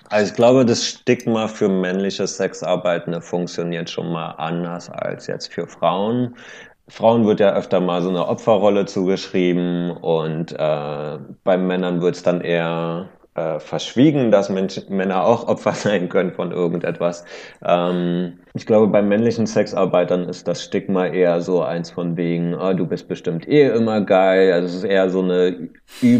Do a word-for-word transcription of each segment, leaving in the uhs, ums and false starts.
Also ich glaube, das Stigma für männliche Sexarbeitende funktioniert schon mal anders als jetzt für Frauen. Frauen wird ja öfter mal so eine Opferrolle zugeschrieben und äh, bei Männern wird es dann eher äh, verschwiegen, dass Mensch, Männer auch Opfer sein können von irgendetwas. Ähm, ich glaube, bei männlichen Sexarbeitern ist das Stigma eher so eins von wegen, oh, du bist bestimmt eh immer geil. Also es ist eher so eine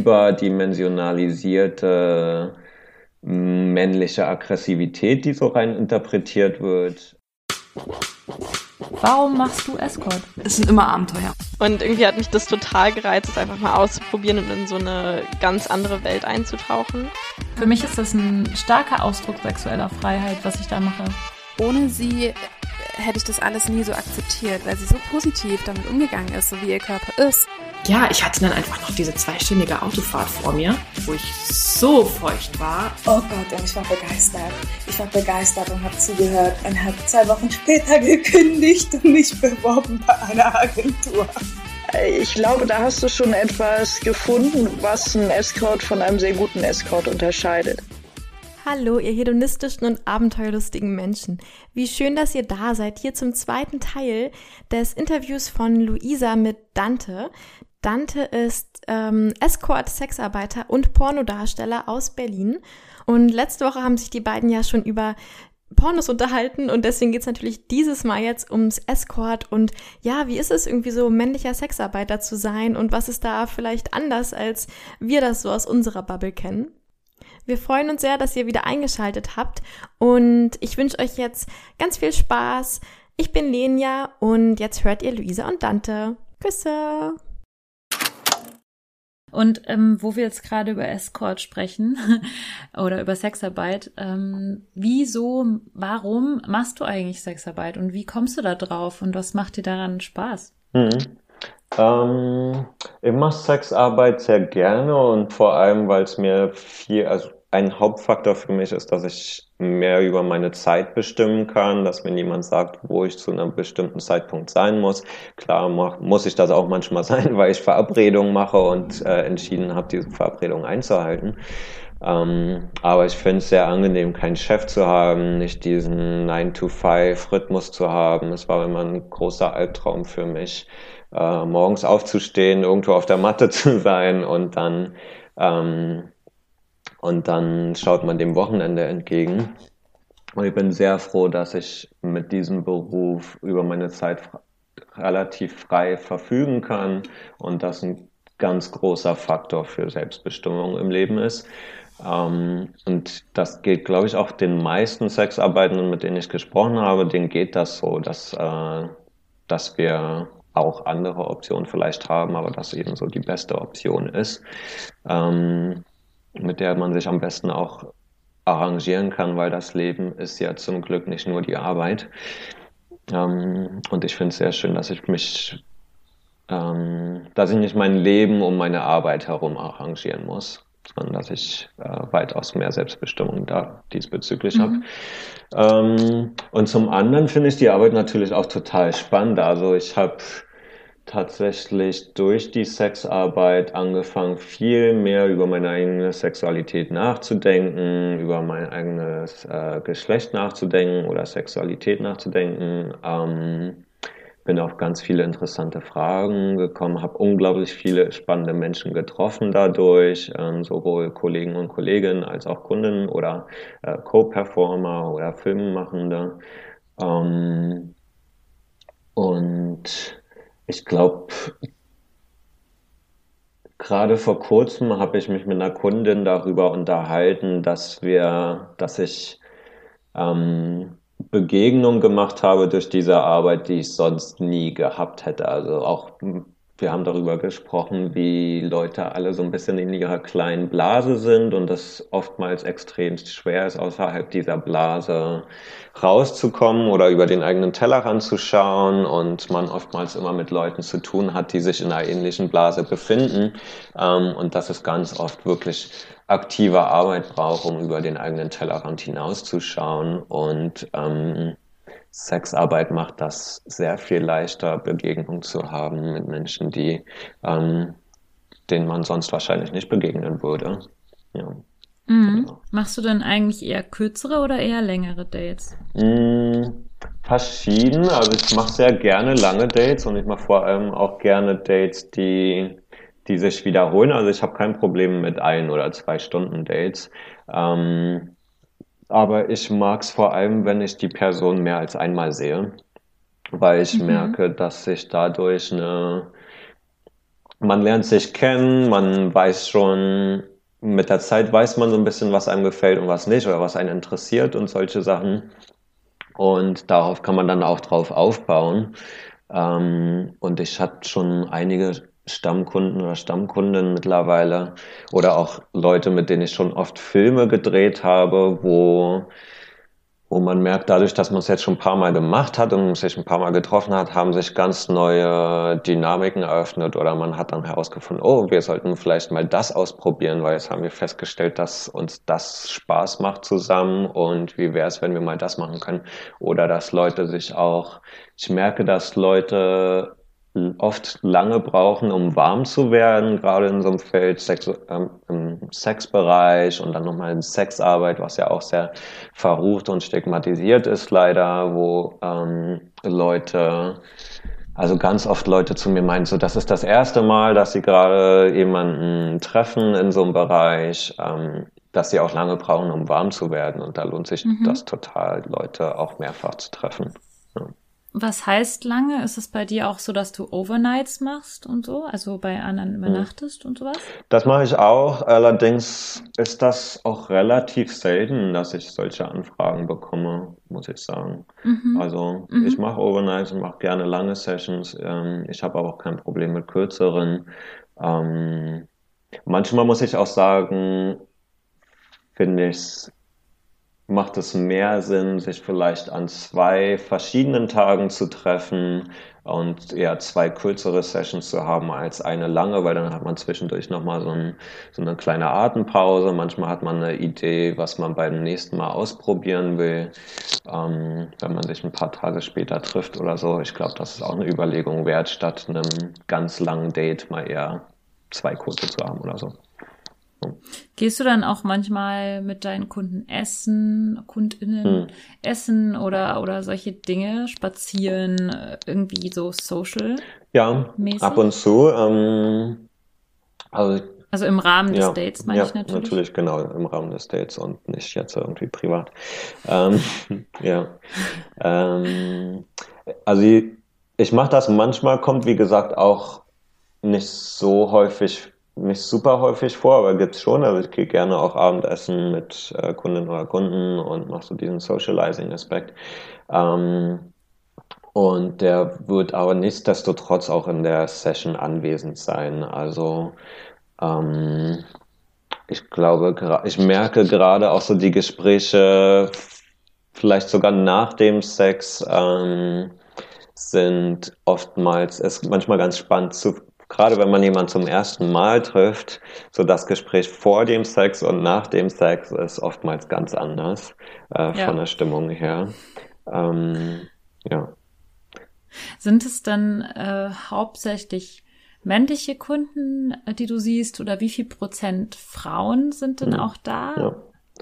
überdimensionalisierte männliche Aggressivität, die so rein interpretiert wird. Warum machst du Escort? Es sind immer Abenteuer. Und irgendwie hat mich das total gereizt, es einfach mal auszuprobieren und in so eine ganz andere Welt einzutauchen. Für mich ist das ein starker Ausdruck sexueller Freiheit, was ich da mache. Ohne sie hätte ich das alles nie so akzeptiert, weil sie so positiv damit umgegangen ist, so wie ihr Körper ist. Ja, ich hatte dann einfach noch diese zweistündige Autofahrt vor mir, wo ich so feucht war. Oh Gott, und ich war begeistert. Ich war begeistert und habe zugehört und habe zwei Wochen später gekündigt und mich beworben bei einer Agentur. Ich glaube, da hast du schon etwas gefunden, was einen Escort von einem sehr guten Escort unterscheidet. Hallo, ihr hedonistischen und abenteuerlustigen Menschen. Wie schön, dass ihr da seid, hier zum zweiten Teil des Interviews von Luisa mit Dante. Dante ist ähm, Escort, Sexarbeiter und Pornodarsteller aus Berlin. Und letzte Woche haben sich die beiden ja schon über Pornos unterhalten und deswegen geht es natürlich dieses Mal jetzt ums Escort und ja, wie ist es irgendwie so, männlicher Sexarbeiter zu sein und was ist da vielleicht anders, als wir das so aus unserer Bubble kennen? Wir freuen uns sehr, dass ihr wieder eingeschaltet habt und ich wünsche euch jetzt ganz viel Spaß. Ich bin Lenia und jetzt hört ihr Luisa und Dante. Küsse! Und ähm, wo wir jetzt gerade über Escort sprechen oder über Sexarbeit, ähm, wieso, warum machst du eigentlich Sexarbeit und wie kommst du da drauf und was macht dir daran Spaß? Mhm. Ähm, ich mache Sexarbeit sehr gerne und vor allem, weil es mir viel, also ein Hauptfaktor für mich ist, dass ich mehr über meine Zeit bestimmen kann, dass mir niemand sagt, wo ich zu einem bestimmten Zeitpunkt sein muss. Klar mach, muss ich das auch manchmal sein, weil ich Verabredungen mache und äh, entschieden habe, diese Verabredungen einzuhalten. Ähm, aber ich finde es sehr angenehm, keinen Chef zu haben, nicht diesen nine to five Rhythmus zu haben. Es war immer ein großer Albtraum für mich, äh, morgens aufzustehen, irgendwo auf der Matte zu sein und dann ähm, und dann schaut man dem Wochenende entgegen. Und ich bin sehr froh, dass ich mit diesem Beruf über meine Zeit f- relativ frei verfügen kann und das ein ganz großer Faktor für Selbstbestimmung im Leben ist. Ähm, und das geht, glaube ich, auch den meisten Sexarbeitenden, mit denen ich gesprochen habe, denen geht das so, dass, äh, dass wir auch andere Optionen vielleicht haben, aber dass eben so die beste Option ist. Ähm, mit der man sich am besten auch arrangieren kann, weil das Leben ist ja zum Glück nicht nur die Arbeit. Ähm, und ich finde es sehr schön, dass ich mich, ähm, dass ich nicht mein Leben um meine Arbeit herum arrangieren muss, sondern dass ich äh, weitaus mehr Selbstbestimmung da diesbezüglich Mhm. habe. Ähm, und zum anderen finde ich die Arbeit natürlich auch total spannend. Also ich habe tatsächlich durch die Sexarbeit angefangen, viel mehr über meine eigene Sexualität nachzudenken, über mein eigenes äh, Geschlecht nachzudenken oder Sexualität nachzudenken. Ähm, bin auf ganz viele interessante Fragen gekommen, habe unglaublich viele spannende Menschen getroffen dadurch, ähm, sowohl Kollegen und Kolleginnen als auch Kunden oder äh, Co-Performer oder Filmemachende. Ähm, und ich glaube, gerade vor kurzem habe ich mich mit einer Kundin darüber unterhalten, dass wir, dass ich ähm, Begegnungen gemacht habe durch diese Arbeit, die ich sonst nie gehabt hätte. Also auch, m, wir haben darüber gesprochen, wie Leute alle so ein bisschen in ihrer kleinen Blase sind und das oftmals extremst schwer ist, außerhalb dieser Blase rauszukommen oder über den eigenen Tellerrand zu schauen und man oftmals immer mit Leuten zu tun hat, die sich in einer ähnlichen Blase befinden, ähm, und dass es ganz oft wirklich aktive Arbeit braucht, um über den eigenen Tellerrand hinauszuschauen und ähm, Sexarbeit macht das sehr viel leichter, Begegnung zu haben mit Menschen, die ähm, denen man sonst wahrscheinlich nicht begegnen würde. Ja. Mhm. Genau. Machst du denn eigentlich eher kürzere oder eher längere Dates? Mm, verschieden. Also ich mache sehr gerne lange Dates und ich mache vor allem auch gerne Dates, die, die sich wiederholen. Also ich habe kein Problem mit ein- oder zwei Stunden Dates. Ähm, aber ich mag es vor allem, wenn ich die Person mehr als einmal sehe, weil ich Mhm. merke, dass sich dadurch eine, man lernt sich kennen, man weiß schon, mit der Zeit weiß man so ein bisschen, was einem gefällt und was nicht oder was einen interessiert und solche Sachen. Und darauf kann man dann auch drauf aufbauen. Ähm, und ich hatte schon einige Stammkunden oder Stammkundinnen mittlerweile oder auch Leute, mit denen ich schon oft Filme gedreht habe, wo, wo man merkt, dadurch, dass man es jetzt schon ein paar Mal gemacht hat und sich ein paar Mal getroffen hat, haben sich ganz neue Dynamiken eröffnet oder man hat dann herausgefunden, oh, wir sollten vielleicht mal das ausprobieren, weil jetzt haben wir festgestellt, dass uns das Spaß macht zusammen und wie wäre es, wenn wir mal das machen können? Oder dass Leute sich auch, ich merke, dass Leute oft lange brauchen, um warm zu werden, gerade in so einem Feld Sex, ähm, im Sexbereich und dann nochmal in Sexarbeit, was ja auch sehr verrucht und stigmatisiert ist leider, wo ähm, Leute, also ganz oft Leute zu mir meinen, so das ist das erste Mal, dass sie gerade jemanden treffen in so einem Bereich, ähm, dass sie auch lange brauchen, um warm zu werden und da lohnt sich Mhm. das total, Leute auch mehrfach zu treffen. Ja. Was heißt lange? Ist es bei dir auch so, dass du Overnights machst und so? Also bei anderen übernachtest und sowas? Das mache ich auch. Allerdings ist das auch relativ selten, dass ich solche Anfragen bekomme, muss ich sagen. Mhm. Also Mhm. ich mache Overnights und mache gerne lange Sessions. Ähm, ich habe aber auch kein Problem mit kürzeren. Ähm, manchmal muss ich auch sagen, finde ich, macht es mehr Sinn, sich vielleicht an zwei verschiedenen Tagen zu treffen und eher zwei kürzere Sessions zu haben als eine lange, weil dann hat man zwischendurch nochmal so, ein, so eine kleine Atempause. Manchmal hat man eine Idee, was man beim nächsten Mal ausprobieren will, ähm, wenn man sich ein paar Tage später trifft oder so. Ich glaube, das ist auch eine Überlegung wert, statt einem ganz langen Date mal eher zwei kurze zu haben oder so. Gehst du dann auch manchmal mit deinen Kunden essen, KundInnen Hm. essen oder, oder solche Dinge, spazieren, äh, irgendwie so social? Ja, Mäßig? ab und zu. Ähm, also Also im Rahmen des ja, Dates meine ja, ich natürlich. natürlich, genau, im Rahmen des Dates und nicht jetzt irgendwie privat. Ähm, ja. Ähm, also ich, ich mache das manchmal, kommt wie gesagt auch nicht so häufig, nicht super häufig vor, aber gibt's schon. Also ich gehe gerne auch Abendessen mit äh, Kundinnen oder Kunden und mache so diesen Socializing-Aspekt. Ähm, und der wird aber nichtsdestotrotz auch in der Session anwesend sein. Also ähm, ich glaube, gra- ich merke gerade auch so die Gespräche, vielleicht sogar nach dem Sex, ähm, sind oftmals, ist manchmal ganz spannend zu, gerade wenn man jemanden zum ersten Mal trifft, so das Gespräch vor dem Sex und nach dem Sex ist oftmals ganz anders, äh, Ja. von der Stimmung her. Ähm, ja. Sind es dann äh, hauptsächlich männliche Kunden, äh, die du siehst, oder wie viel Prozent Frauen sind denn Mhm. auch da? Ja.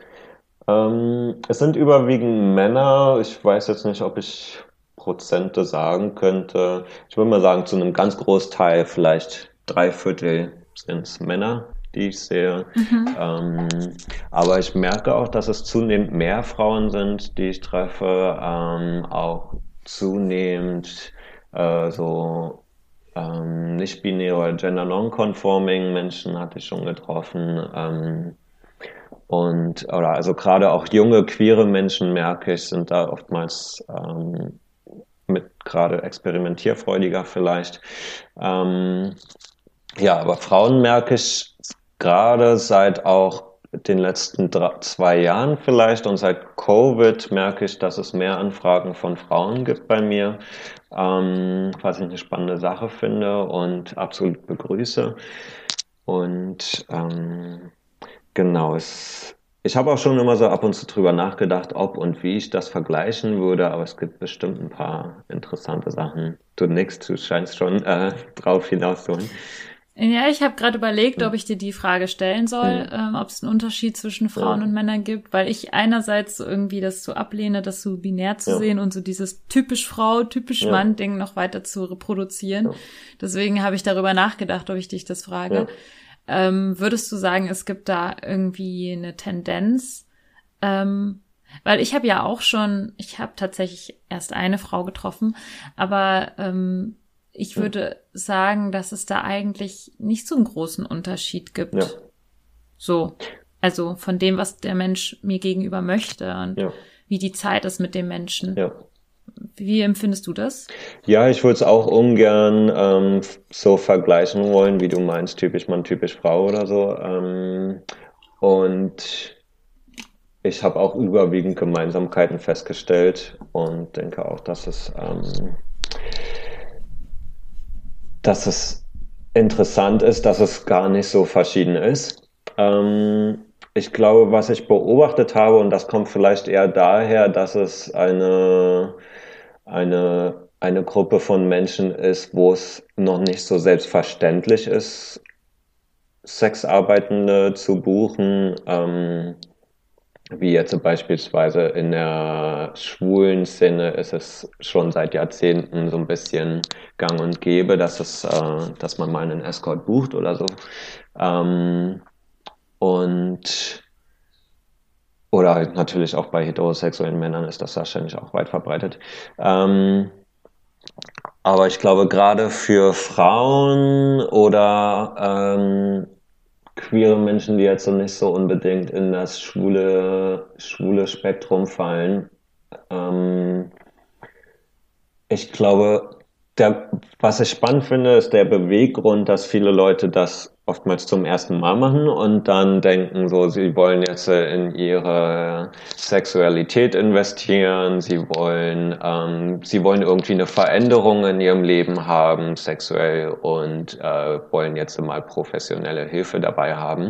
Ähm, es sind überwiegend Männer. Ich weiß jetzt nicht, ob ich Prozente sagen könnte. Ich würde mal sagen, zu einem ganz Großteil, vielleicht drei Viertel sind es Männer, die ich sehe. Mhm. Ähm, aber ich merke auch, dass es zunehmend mehr Frauen sind, die ich treffe. Ähm, auch zunehmend äh, so ähm, nicht-binäre oder gender-non-conforming Menschen hatte ich schon getroffen. Ähm, und, oder also gerade auch junge, queere Menschen, merke ich, sind da oftmals ähm, mit gerade experimentierfreudiger vielleicht. Ähm, ja, aber Frauen merke ich gerade seit auch den letzten drei, zwei Jahren vielleicht und seit Covid merke ich, dass es mehr Anfragen von Frauen gibt bei mir, ähm, was ich eine spannende Sache finde und absolut begrüße. Und ähm, genau, es, ich habe auch schon immer so ab und zu drüber nachgedacht, ob und wie ich das vergleichen würde, aber es gibt bestimmt ein paar interessante Sachen. Du nix, du scheinst schon äh, drauf hinaus zu wollen. Ja, ich habe gerade überlegt, ob ich dir die Frage stellen soll, mhm. ähm, ob es einen Unterschied zwischen Frauen ja. und Männern gibt, weil ich einerseits so irgendwie das so ablehne, das so binär zu ja. sehen und so dieses typisch Frau, typisch ja. Mann-Ding noch weiter zu reproduzieren. Ja. Deswegen habe ich darüber nachgedacht, ob ich dich das frage. Ja. Ähm, würdest du sagen, es gibt da irgendwie eine Tendenz? Ähm, weil ich habe ja auch schon, ich habe tatsächlich erst eine Frau getroffen, aber ähm, ich würde sagen, dass es da eigentlich nicht so einen großen Unterschied gibt. Ja. So, also von dem, was der Mensch mir gegenüber möchte und ja. wie die Zeit ist mit dem Menschen. Ja. Wie empfindest du das? Ja, ich würde es auch ungern ähm, so vergleichen wollen, wie du meinst, typisch Mann, typisch Frau oder so. Ähm, und ich habe auch überwiegend Gemeinsamkeiten festgestellt und denke auch, dass es ähm, dass es interessant ist, dass es gar nicht so verschieden ist. Ähm, ich glaube, was ich beobachtet habe, und das kommt vielleicht eher daher, dass es eine, eine, eine Gruppe von Menschen ist, wo es noch nicht so selbstverständlich ist, Sexarbeitende zu buchen, ähm, wie jetzt beispielsweise in der schwulen Szene ist es schon seit Jahrzehnten so ein bisschen gang und gäbe, dass es, äh, dass man mal einen Escort bucht oder so. Ähm, und oder halt natürlich auch bei heterosexuellen Männern ist das wahrscheinlich auch weit verbreitet. Ähm, aber ich glaube, gerade für Frauen oder ähm, queere Menschen, die jetzt so nicht so unbedingt in das schwule, schwule Spektrum fallen. Ähm, ich glaube, der, was ich spannend finde, ist der Beweggrund, dass viele Leute das oftmals zum ersten Mal machen und dann denken so, sie wollen jetzt in ihre Sexualität investieren, sie wollen, ähm, sie wollen irgendwie eine Veränderung in ihrem Leben haben, sexuell, und äh, wollen jetzt mal professionelle Hilfe dabei haben.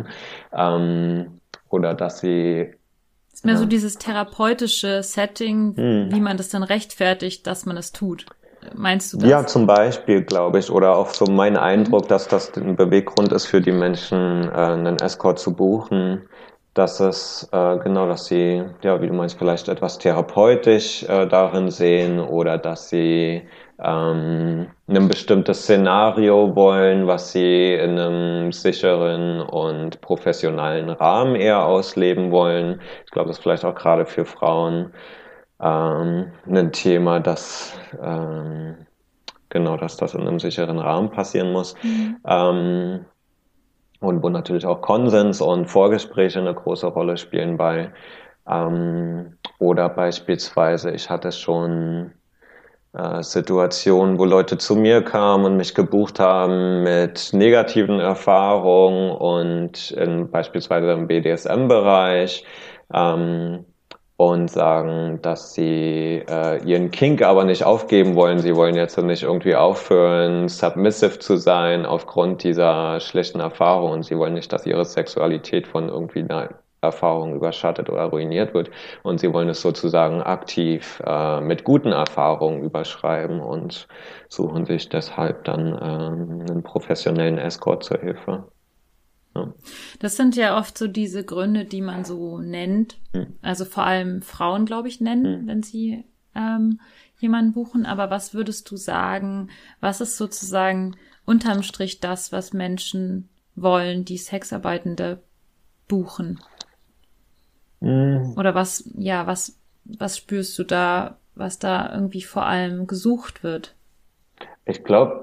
Ähm, oder dass sie ist mehr ja. so dieses therapeutische Setting, hm. wie man das dann rechtfertigt, dass man es tut. Meinst du das? Ja, zum Beispiel, glaube ich. Oder auch so mein Eindruck, mhm. dass das ein Beweggrund ist für die Menschen, äh, einen Escort zu buchen, dass es, äh, genau, dass sie, ja, wie du meinst, vielleicht etwas therapeutisch äh, darin sehen oder dass sie ähm, ein bestimmtes Szenario wollen, was sie in einem sicheren und professionellen Rahmen eher ausleben wollen. Ich glaube, das ist vielleicht auch gerade für Frauen ähm, ein Thema, dass ähm, genau, dass das in einem sicheren Rahmen passieren muss. Mhm. Ähm, und wo natürlich auch Konsens und Vorgespräche eine große Rolle spielen bei. Ähm, oder beispielsweise, ich hatte schon äh, Situationen, wo Leute zu mir kamen und mich gebucht haben mit negativen Erfahrungen und in, beispielsweise im B D S M-Bereich, ähm, und sagen, dass sie äh, ihren Kink aber nicht aufgeben wollen. Sie wollen jetzt nicht irgendwie aufhören, submissive zu sein aufgrund dieser schlechten Erfahrung. Und sie wollen nicht, dass ihre Sexualität von irgendwie einer Erfahrung überschattet oder ruiniert wird. Und sie wollen es sozusagen aktiv äh, mit guten Erfahrungen überschreiben und suchen sich deshalb dann äh, einen professionellen Escort zur Hilfe. Ja. Das sind ja oft so diese Gründe, die man so nennt, hm. also vor allem Frauen, glaube ich, nennen, hm. wenn sie ähm, jemanden buchen. Aber was würdest du sagen, was ist sozusagen unterm Strich das, was Menschen wollen, die Sexarbeitende buchen? Hm. Oder was, ja, was, was spürst du da, was da irgendwie vor allem gesucht wird? Ich glaube,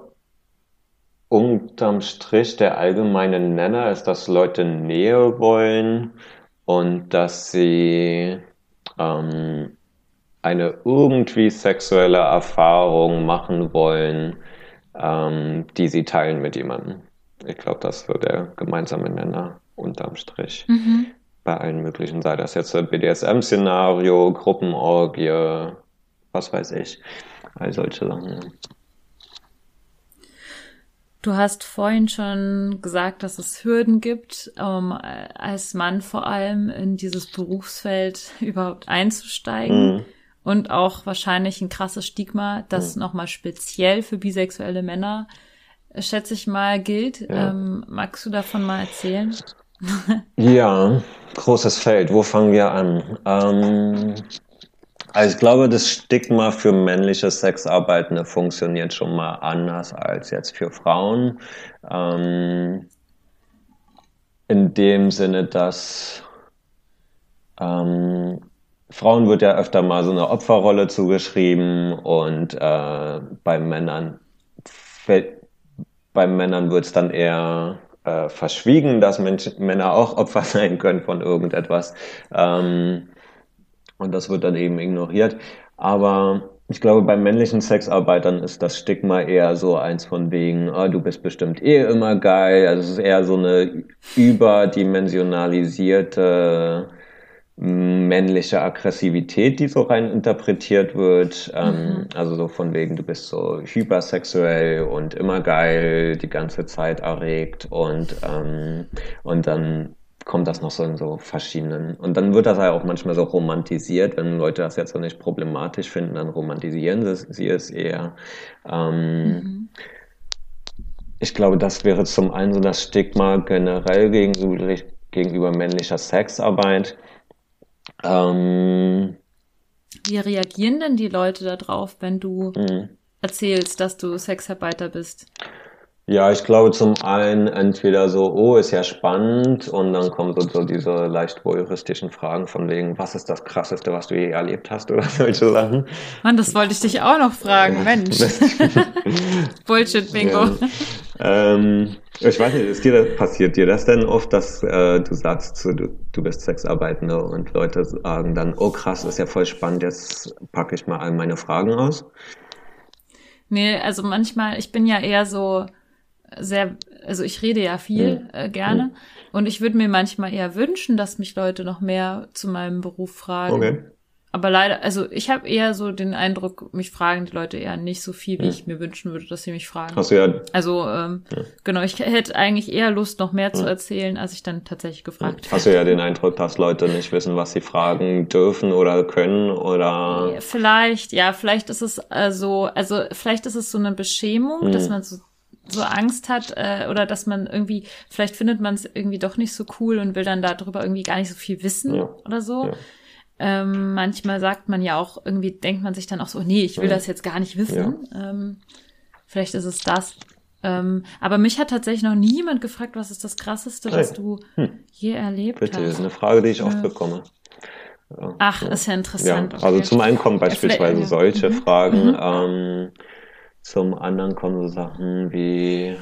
unterm Strich der allgemeine Nenner ist, dass Leute Nähe wollen und dass sie ähm, eine irgendwie sexuelle Erfahrung machen wollen, ähm, die sie teilen mit jemandem. Ich glaube, das ist so der gemeinsame Nenner unterm Strich. Mhm. Bei allen möglichen, sei das jetzt ein B D S M-Szenario, Gruppenorgie, was weiß ich, all solche Sachen. Du hast vorhin schon gesagt, dass es Hürden gibt, um als Mann vor allem in dieses Berufsfeld überhaupt einzusteigen. Mhm. Und auch wahrscheinlich ein krasses Stigma, das mhm. nochmal speziell für bisexuelle Männer schätze ich mal, gilt. Ja. Ähm, magst du davon mal erzählen? Ja, großes Feld. Wo fangen wir an? Ähm, also ich glaube, das Stigma für männliche Sexarbeitende funktioniert schon mal anders als jetzt für Frauen. Ähm, in dem Sinne, dass ähm, Frauen wird ja öfter mal so eine Opferrolle zugeschrieben und äh, bei Männern fällt, bei Männern wird es dann eher äh, verschwiegen, dass Mensch, Männer auch Opfer sein können von irgendetwas. Ähm, und das wird dann eben ignoriert. Aber ich glaube, bei männlichen Sexarbeitern ist das Stigma eher so eins von wegen, oh, du bist bestimmt eh immer geil. Also es ist eher so eine überdimensionalisierte männliche Aggressivität, die so rein interpretiert wird. Mhm. Ähm, also so von wegen, du bist so hypersexuell und immer geil, die ganze Zeit erregt und, ähm, und dann kommt das noch so in so verschiedenen. Und dann wird das ja auch manchmal so romantisiert. Wenn Leute das jetzt so nicht problematisch finden, dann romantisieren sie, sie es eher. Ähm, mhm. Ich glaube, das wäre zum einen so das Stigma generell gegenüber, gegenüber männlicher Sexarbeit. Ähm, Wie reagieren denn die Leute da drauf, wenn du mh. erzählst, dass du Sexarbeiter bist? Ja, ich glaube zum einen entweder so, oh, ist ja spannend, und dann kommen so, so diese leicht voyeuristischen Fragen von wegen, was ist das Krasseste, was du je erlebt hast oder solche Sachen. Mann, das wollte ich dich auch noch fragen, Mensch. Bullshit-Bingo. Ja. Ähm, ich weiß nicht, ist dir das, passiert dir das denn oft, dass äh, du sagst, so, du, du bist Sexarbeitende und Leute sagen dann, oh krass, ist ja voll spannend, jetzt packe ich mal all meine Fragen aus? Nee, also manchmal, ich bin ja eher so sehr, also ich rede ja viel hm. äh, gerne hm. und ich würde mir manchmal eher wünschen, dass mich Leute noch mehr zu meinem Beruf fragen. Okay. Aber leider, also ich habe eher so den Eindruck, mich fragen die Leute eher nicht so viel, wie hm. ich mir wünschen würde, dass sie mich fragen. Hast du ja. Also ähm, ja. genau, ich hätte eigentlich eher Lust, noch mehr hm. zu erzählen, als ich dann tatsächlich gefragt werde. Hast du ja den Eindruck, dass Leute nicht wissen, was sie fragen dürfen oder können oder? Ja, vielleicht, ja, vielleicht ist es äh, so, also vielleicht ist es so eine Beschämung, hm. dass man so so Angst hat äh, oder dass man irgendwie, vielleicht findet man es irgendwie doch nicht so cool und will dann darüber irgendwie gar nicht so viel wissen ja. oder so. Ja. Ähm, manchmal sagt man ja auch, irgendwie denkt man sich dann auch so, nee, ich will ja. das jetzt gar nicht wissen. Ja. Ähm, vielleicht ist es das. Ähm, aber mich hat tatsächlich noch nie jemand gefragt, was ist das Krasseste, was hey. du hm. je erlebt Bitte, hast. Das ist eine Frage, die ich oft bekomme. Ja. Ach, ja. ist ja interessant. Ja. Okay. Also zum einen kommen beispielsweise ja, solche mhm. Fragen, mhm. ähm, zum anderen kommen so Sachen wie,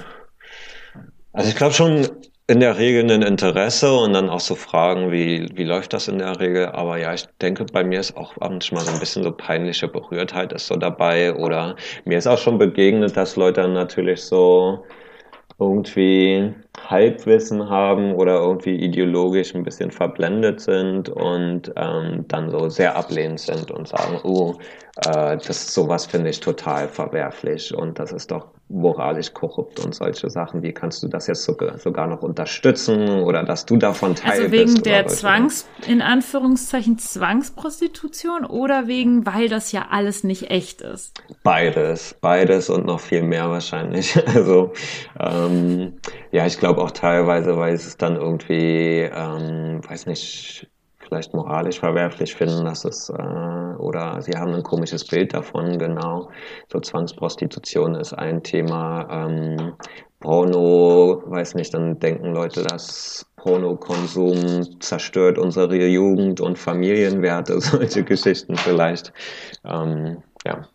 also ich glaube schon in der Regel ein Interesse und dann auch so Fragen wie, wie läuft das in der Regel? Aber ja, ich denke, bei mir ist auch manchmal so ein bisschen so peinliche Berührtheit ist so dabei, oder mir ist auch schon begegnet, dass Leute dann natürlich so irgendwie Halbwissen haben oder irgendwie ideologisch ein bisschen verblendet sind und ähm, dann so sehr ablehnend sind und sagen, oh, äh, das sowas finde ich total verwerflich und das ist doch moralisch korrupt und solche Sachen. Wie kannst du das jetzt sogar, sogar noch unterstützen oder dass du davon Teil bist? Also wegen bist der Zwangs, in Anführungszeichen Zwangsprostitution oder wegen, weil das ja alles nicht echt ist? Beides, beides und noch viel mehr wahrscheinlich. Also ähm, ja, ich glaube auch teilweise, weil es dann irgendwie, ähm, weiß nicht, vielleicht moralisch verwerflich finden, dass es, äh, oder sie haben ein komisches Bild davon, genau. So Zwangsprostitution ist ein Thema. Ähm, Porno, weiß nicht, dann denken Leute, dass Pornokonsum zerstört unsere Jugend und Familienwerte, solche Geschichten vielleicht. Ähm, ja.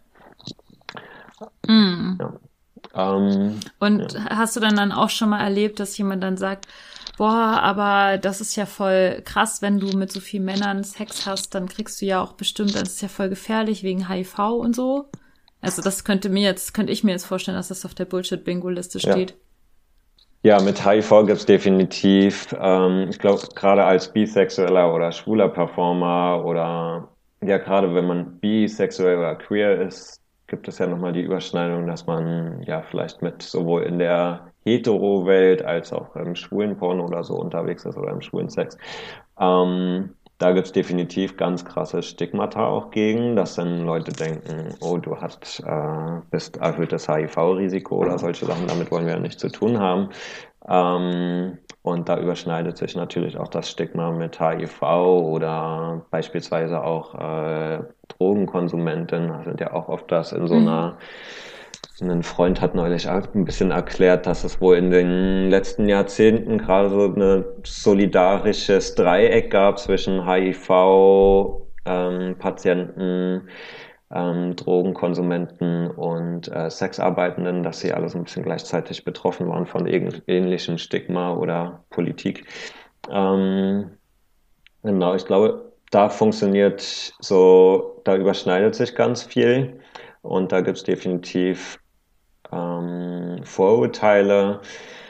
Mm. ja. Ähm, und ja. hast du dann dann auch schon mal erlebt, dass jemand dann sagt, boah, aber das ist ja voll krass, wenn du mit so vielen Männern Sex hast, dann kriegst du ja auch bestimmt, das ist ja voll gefährlich wegen H I V und so. Also das könnte mir jetzt, könnte ich mir jetzt vorstellen, dass das auf der Bullshit-Bingo-Liste steht. Ja, ja, mit H I V gibt's definitiv, ähm, ich glaube, gerade als bisexueller oder schwuler Performer oder ja, gerade wenn man bisexuell oder queer ist, gibt es ja nochmal die Überschneidung, dass man ja vielleicht mit sowohl in der Hetero-Welt als auch im schwulen Porno oder so unterwegs ist oder im schwulen Sex. Ähm, da gibt's definitiv ganz krasse Stigmata auch gegen, dass dann Leute denken, oh, du hast, äh, bist erhöhtes H I V-Risiko oder solche Sachen, damit wollen wir ja nichts zu tun haben. Ähm, und da überschneidet sich natürlich auch das Stigma mit H I V oder beispielsweise auch äh, Drogenkonsumenten sind ja auch oft das in so einer, ein Freund hat neulich auch ein bisschen erklärt, dass es wohl in den letzten Jahrzehnten gerade so ein solidarisches Dreieck gab zwischen H I V-Patienten, Ähm, Drogenkonsumenten und äh, Sexarbeitenden, dass sie alle so ein bisschen gleichzeitig betroffen waren von ähnlichem Stigma oder Politik. Ähm, genau, ich glaube, da funktioniert so, da überschneidet sich ganz viel und da gibt's definitiv ähm, Vorurteile,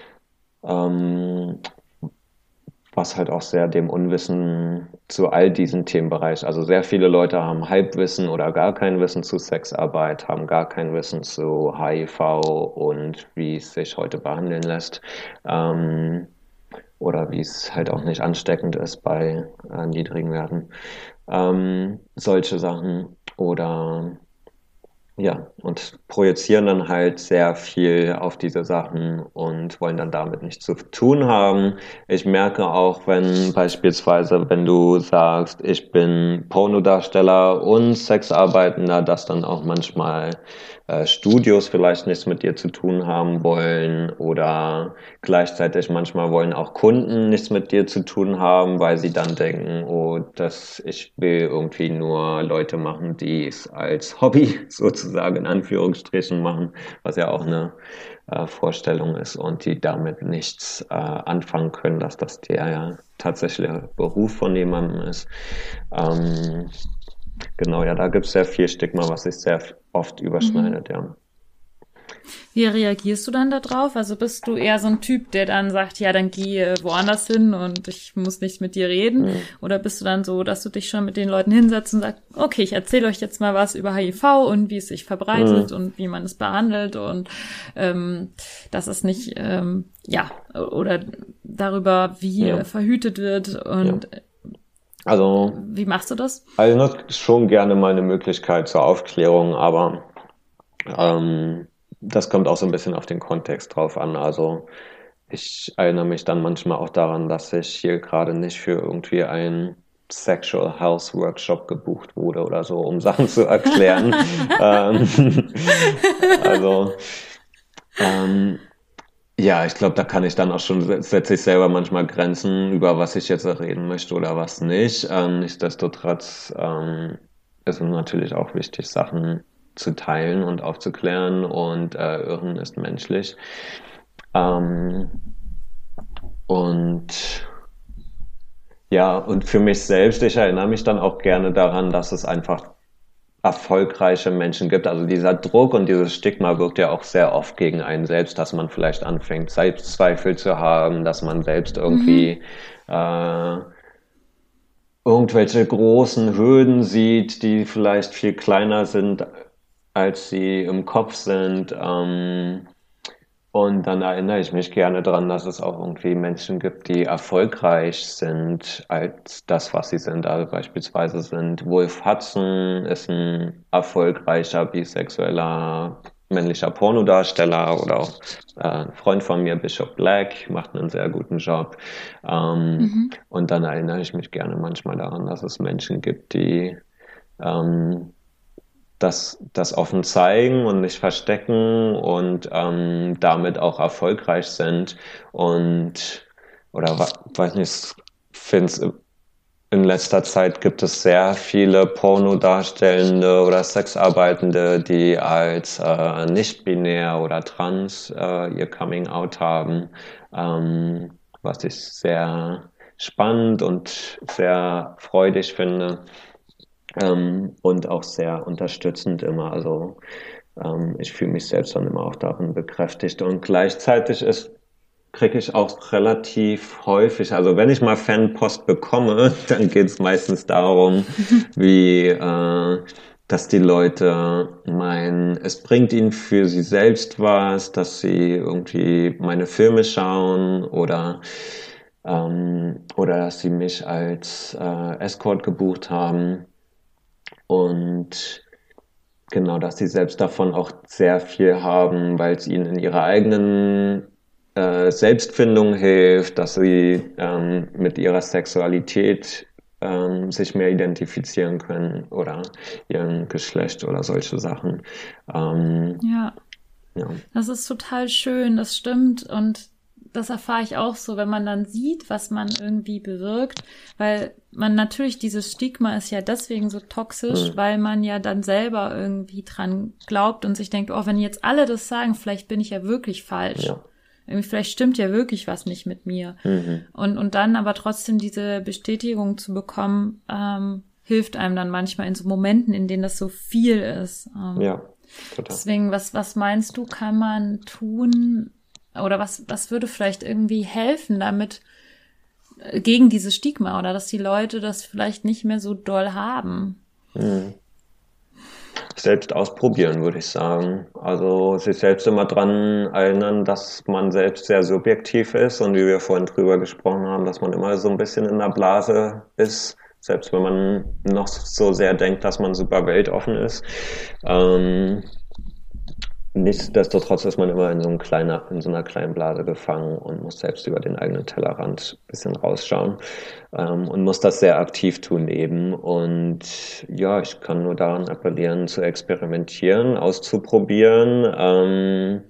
ähm, was halt auch sehr dem Unwissen zu all diesen Themenbereich. Also sehr viele Leute haben Halbwissen oder gar kein Wissen zu Sexarbeit, haben gar kein Wissen zu H I V und wie es sich heute behandeln lässt. Ähm, oder wie es halt auch nicht ansteckend ist bei äh, niedrigen Werten. Ähm, solche Sachen. Oder ja, und projizieren dann halt sehr viel auf diese Sachen und wollen dann damit nichts zu tun haben. Ich merke auch, wenn beispielsweise, wenn du sagst, ich bin Pornodarsteller und Sexarbeitender, dass dann auch manchmal äh, Studios vielleicht nichts mit dir zu tun haben wollen oder gleichzeitig manchmal wollen auch Kunden nichts mit dir zu tun haben, weil sie dann denken, oh, das, ich will irgendwie nur Leute machen, die es als Hobby sozusagen in Anführungsstrichen machen, was ja auch eine äh, Vorstellung ist und die damit nichts äh, anfangen können, dass das der ja tatsächliche Beruf von jemandem ist. Ähm, genau, ja, da gibt es sehr viel Stigma, was sich sehr oft überschneidet, mhm. ja. Wie reagierst du dann da drauf? Also bist du eher so ein Typ, der dann sagt, ja, dann geh woanders hin und ich muss nicht mit dir reden? Mhm. Oder bist du dann so, dass du dich schon mit den Leuten hinsetzt und sagst, okay, ich erzähle euch jetzt mal was über H I V und wie es sich verbreitet mhm. und wie man es behandelt und ähm, dass es nicht, ähm, ja, oder darüber, wie ja. verhütet wird und ja. Also, wie machst du das? Also ich nutze schon gerne mal eine Möglichkeit zur Aufklärung, aber ähm, das kommt auch so ein bisschen auf den Kontext drauf an. Also ich erinnere mich dann manchmal auch daran, dass ich hier gerade nicht für irgendwie einen Sexual Health Workshop gebucht wurde oder so, um Sachen zu erklären. ähm, also ähm, ja, ich glaube, da kann ich dann auch schon, setze ich selber manchmal Grenzen, über was ich jetzt reden möchte oder was nicht. Ähm, nichtsdestotrotz ähm, ist es natürlich auch wichtig, Sachen zu teilen und aufzuklären und äh, Irren ist menschlich. Ähm, und ja, und für mich selbst, ich erinnere mich dann auch gerne daran, dass es einfach erfolgreiche Menschen gibt. Also dieser Druck und dieses Stigma wirkt ja auch sehr oft gegen einen selbst, dass man vielleicht anfängt, Selbstzweifel zu haben, dass man selbst irgendwie mhm. äh, irgendwelche großen Hürden sieht, die vielleicht viel kleiner sind, als sie im Kopf sind. Ähm, und dann erinnere ich mich gerne daran, dass es auch irgendwie Menschen gibt, die erfolgreich sind als das, was sie sind. Also beispielsweise sind Wolf Hudson ist ein erfolgreicher bisexueller männlicher Pornodarsteller oder auch äh, ein Freund von mir, Bishop Black, macht einen sehr guten Job. Ähm, mhm. Und dann erinnere ich mich gerne manchmal daran, dass es Menschen gibt, die ähm, das, das offen zeigen und nicht verstecken und ähm, damit auch erfolgreich sind und oder weiß nicht, finde es in letzter Zeit gibt es sehr viele Pornodarstellende oder Sexarbeitende, die als äh, nicht-binär oder trans äh, ihr Coming-out haben, ähm, was ich sehr spannend und sehr freudig finde. Ähm, und auch sehr unterstützend immer. Also ähm, ich fühle mich selbst dann immer auch darin bekräftigt. Und gleichzeitig ist kriege ich auch relativ häufig, also wenn ich mal Fanpost bekomme, dann geht es meistens darum, wie äh, dass die Leute meinen, es bringt ihnen für sie selbst was, dass sie irgendwie meine Filme schauen oder ähm, oder dass sie mich als äh, Escort gebucht haben und genau, dass sie selbst davon auch sehr viel haben, weil es ihnen in ihrer eigenen äh, Selbstfindung hilft, dass sie ähm, mit ihrer Sexualität ähm, sich mehr identifizieren können oder ihrem Geschlecht oder solche Sachen. Ähm, Ja. ja. Das ist total schön, das stimmt. Und das erfahre ich auch so, wenn man dann sieht, was man irgendwie bewirkt, weil man natürlich, dieses Stigma ist ja deswegen so toxisch, Mhm. weil man ja dann selber irgendwie dran glaubt und sich denkt, oh, wenn jetzt alle das sagen, vielleicht bin ich ja wirklich falsch. Ja. Irgendwie, vielleicht stimmt ja wirklich was nicht mit mir. Mhm. Und, und dann aber trotzdem diese Bestätigung zu bekommen, ähm, hilft einem dann manchmal in so Momenten, in denen das so viel ist. Ähm, Ja, total. Deswegen, was, was meinst du, kann man tun oder was, was würde vielleicht irgendwie helfen, damit äh, gegen dieses Stigma oder dass die Leute das vielleicht nicht mehr so doll haben? Mhm. Selbst ausprobieren, würde ich sagen. Also sich selbst immer dran erinnern, dass man selbst sehr subjektiv ist und wie wir vorhin drüber gesprochen haben, dass man immer so ein bisschen in der Blase ist, selbst wenn man noch so sehr denkt, dass man super weltoffen ist. Ähm, Nichtsdestotrotz ist man immer in so, einem kleiner, in so einer kleinen Blase gefangen und muss selbst über den eigenen Tellerrand ein bisschen rausschauen ähm, und muss das sehr aktiv tun eben. Und ja, ich kann nur daran appellieren, zu experimentieren, auszuprobieren, ähm,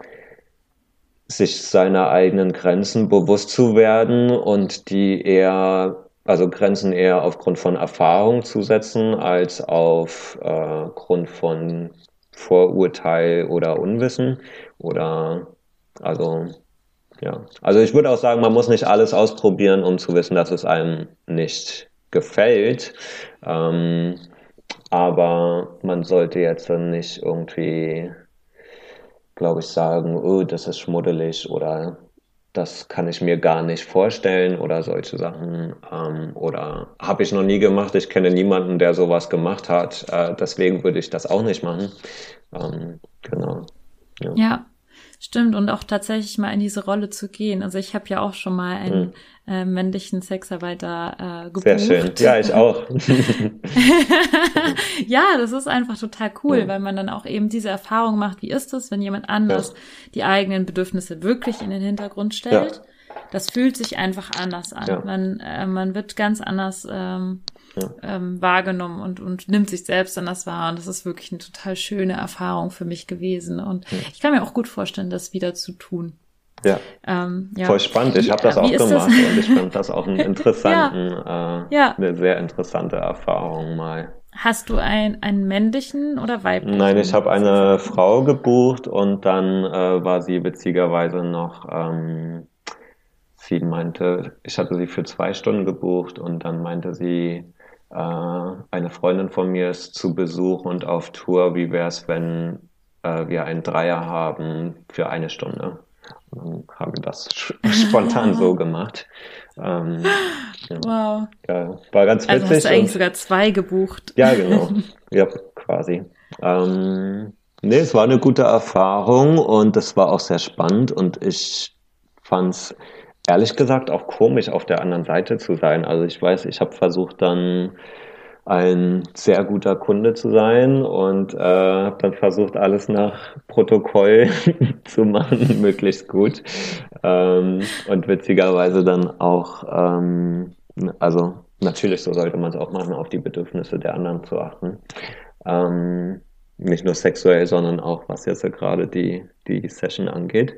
sich seiner eigenen Grenzen bewusst zu werden und die eher, also Grenzen eher aufgrund von Erfahrung zu setzen, als auf äh, Grund von Vorurteil oder Unwissen oder also ja, also ich würde auch sagen, man muss nicht alles ausprobieren, um zu wissen, dass es einem nicht gefällt, ähm, aber man sollte jetzt dann nicht irgendwie, glaube ich, sagen, oh, das ist schmuddelig oder das kann ich mir gar nicht vorstellen oder solche Sachen. Ähm, oder habe ich noch nie gemacht, ich kenne niemanden, der sowas gemacht hat. Äh, deswegen würde ich das auch nicht machen. Ähm, genau. Ja. Ja, stimmt. Und auch tatsächlich mal in diese Rolle zu gehen. Also ich habe ja auch schon mal einen Hm. äh, männlichen Sexarbeiter äh, gebucht. Sehr schön. Ja, ich auch. Ja, das ist einfach total cool, Ja. weil man dann auch eben diese Erfahrung macht, wie ist es, wenn jemand anders Ja. die eigenen Bedürfnisse wirklich in den Hintergrund stellt. Das fühlt sich einfach anders an. Ja. Man, äh, man wird ganz anders ähm, Ja. ähm, wahrgenommen und, und nimmt sich selbst anders wahr. Und das ist wirklich eine total schöne Erfahrung für mich gewesen. Und Ja. ich kann mir auch gut vorstellen, das wieder zu tun. Ja, Ähm, ja. voll spannend. Ich Wie- habe das wie auch ist das? gemacht und ich fand das auch einen interessanten, äh, Ja. eine sehr interessante Erfahrung mal. Hast du ein, einen männlichen oder weiblichen? Nein, ich habe eine Frau gebucht und dann äh, war sie witzigerweise noch, ähm, sie meinte, ich hatte sie für zwei Stunden gebucht und dann meinte sie, äh, eine Freundin von mir ist zu Besuch und auf Tour, wie wäre es, wenn äh, wir einen Dreier haben für eine Stunde? Und dann haben wir das sch- spontan so gemacht. Ähm, ja, Wow. ja, war ganz Also witzig. hast du eigentlich und- sogar zwei gebucht. ja, genau. Ja, quasi. Ähm, nee, es war eine gute Erfahrung und es war auch sehr spannend und ich fand's ehrlich gesagt auch komisch, auf der anderen Seite zu sein. Also ich weiß, ich habe versucht dann ein sehr guter Kunde zu sein und äh, habe dann versucht, alles nach Protokoll zu machen, möglichst gut. Ähm, und witzigerweise dann auch, ähm, also natürlich, so sollte man es auch machen, auf die Bedürfnisse der anderen zu achten. Ähm, nicht nur sexuell, sondern auch, was jetzt ja gerade die, die Session angeht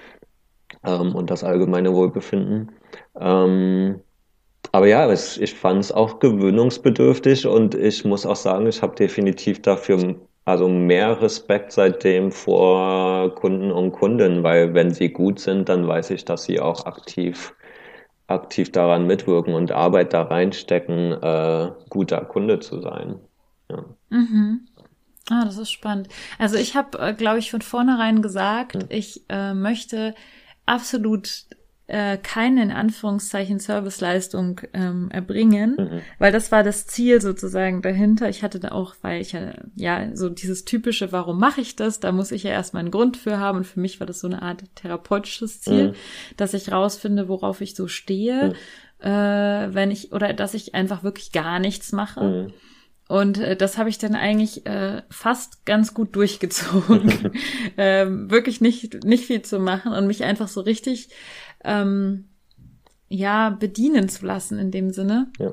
ähm, und das allgemeine Wohlbefinden. Ähm, aber ja, es, ich fand es auch gewöhnungsbedürftig und ich muss auch sagen, ich habe definitiv dafür also mehr Respekt seitdem vor Kunden und Kundinnen, weil wenn sie gut sind, dann weiß ich, dass sie auch aktiv aktiv daran mitwirken und Arbeit da reinstecken, äh, guter Kunde zu sein. Ja. Mhm. Ah, das ist spannend. Also ich habe, äh, glaube ich, von vornherein gesagt, Hm. ich äh, möchte absolut äh, keine, in Anführungszeichen, Serviceleistung ähm, erbringen, Mhm. weil das war das Ziel sozusagen dahinter. Ich hatte da auch, weil ich ja, ja, so dieses typische, warum mache ich das? Da muss ich ja erstmal einen Grund für haben und für mich war das so eine Art therapeutisches Ziel, Mhm. dass ich rausfinde, worauf ich so stehe, Mhm. äh, wenn ich, oder dass ich einfach wirklich gar nichts mache. Mhm. Und äh, das habe ich dann eigentlich äh, fast ganz gut durchgezogen. ähm, wirklich nicht, nicht viel zu machen und mich einfach so richtig ähm, ja, bedienen zu lassen in dem Sinne. Ja.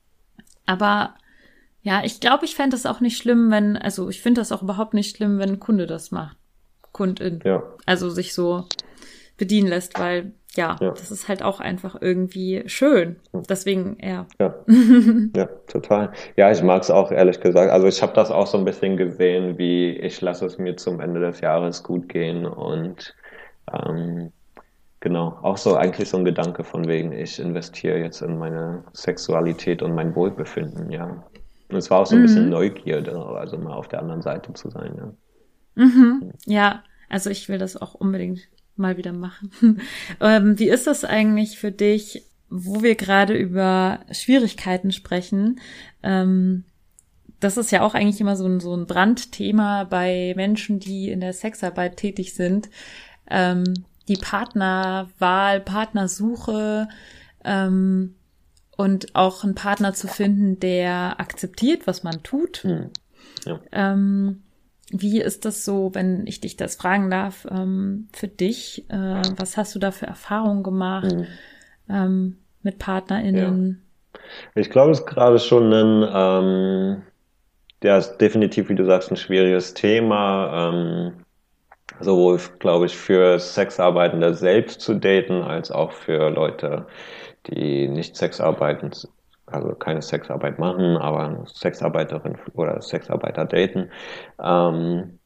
Aber ja, ich glaube, ich fände das auch nicht schlimm, wenn, also ich finde das auch überhaupt nicht schlimm, wenn ein Kunde das macht. Kundin. Ja. Also sich so bedienen lässt, weil ja, Ja. das ist halt auch einfach irgendwie schön. Deswegen, ja. Ja, ja, total. Ja, ich mag es auch, ehrlich gesagt. Also ich habe das auch so ein bisschen gesehen, wie ich lasse es mir zum Ende des Jahres gut gehen und ähm, genau, auch so eigentlich so ein Gedanke von wegen, ich investiere jetzt in meine Sexualität und mein Wohlbefinden, ja. Und es war auch so ein bisschen Mhm. Neugierde, also mal auf der anderen Seite zu sein, ja. Mhm. Ja, also ich will das auch unbedingt mal wieder machen. ähm, wie ist das eigentlich für dich, wo wir gerade über Schwierigkeiten sprechen? Ähm, das ist ja auch eigentlich immer so ein, so ein Brandthema bei Menschen, die in der Sexarbeit tätig sind. Ähm, die Partnerwahl, Partnersuche ähm, und auch einen Partner zu finden, der akzeptiert, was man tut. Hm. Ja. Ähm, wie ist das so, wenn ich dich das fragen darf, ähm, für dich? Äh, was hast du da für Erfahrungen gemacht Hm. ähm, mit PartnerInnen? Ich glaube, es ist gerade schon ein, ähm, ja, ist definitiv, wie du sagst, ein schwieriges Thema, ähm, sowohl, glaube ich, für Sexarbeitende selbst zu daten, als auch für Leute, die nicht Sexarbeiten, also keine Sexarbeit machen, aber Sexarbeiterin oder Sexarbeiter daten. Ähm,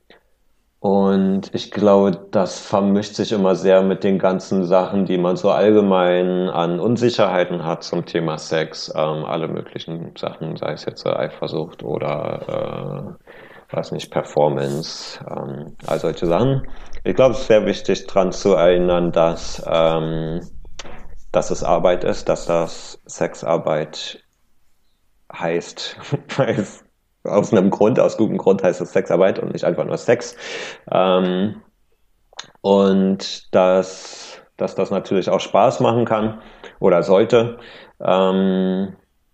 und ich glaube, das vermischt sich immer sehr mit den ganzen Sachen, die man so allgemein an Unsicherheiten hat zum Thema Sex. Ähm, alle möglichen Sachen, sei es jetzt Eifersucht oder, äh, weiß nicht, Performance, ähm, all solche Sachen. Ich glaube, es ist sehr wichtig, dran zu erinnern, dass, ähm, dass es Arbeit ist, dass das Sexarbeit heißt, weil es aus einem Grund, aus gutem Grund heißt es Sexarbeit und nicht einfach nur Sex. Ähm, und dass, dass das natürlich auch Spaß machen kann oder sollte. Ähm,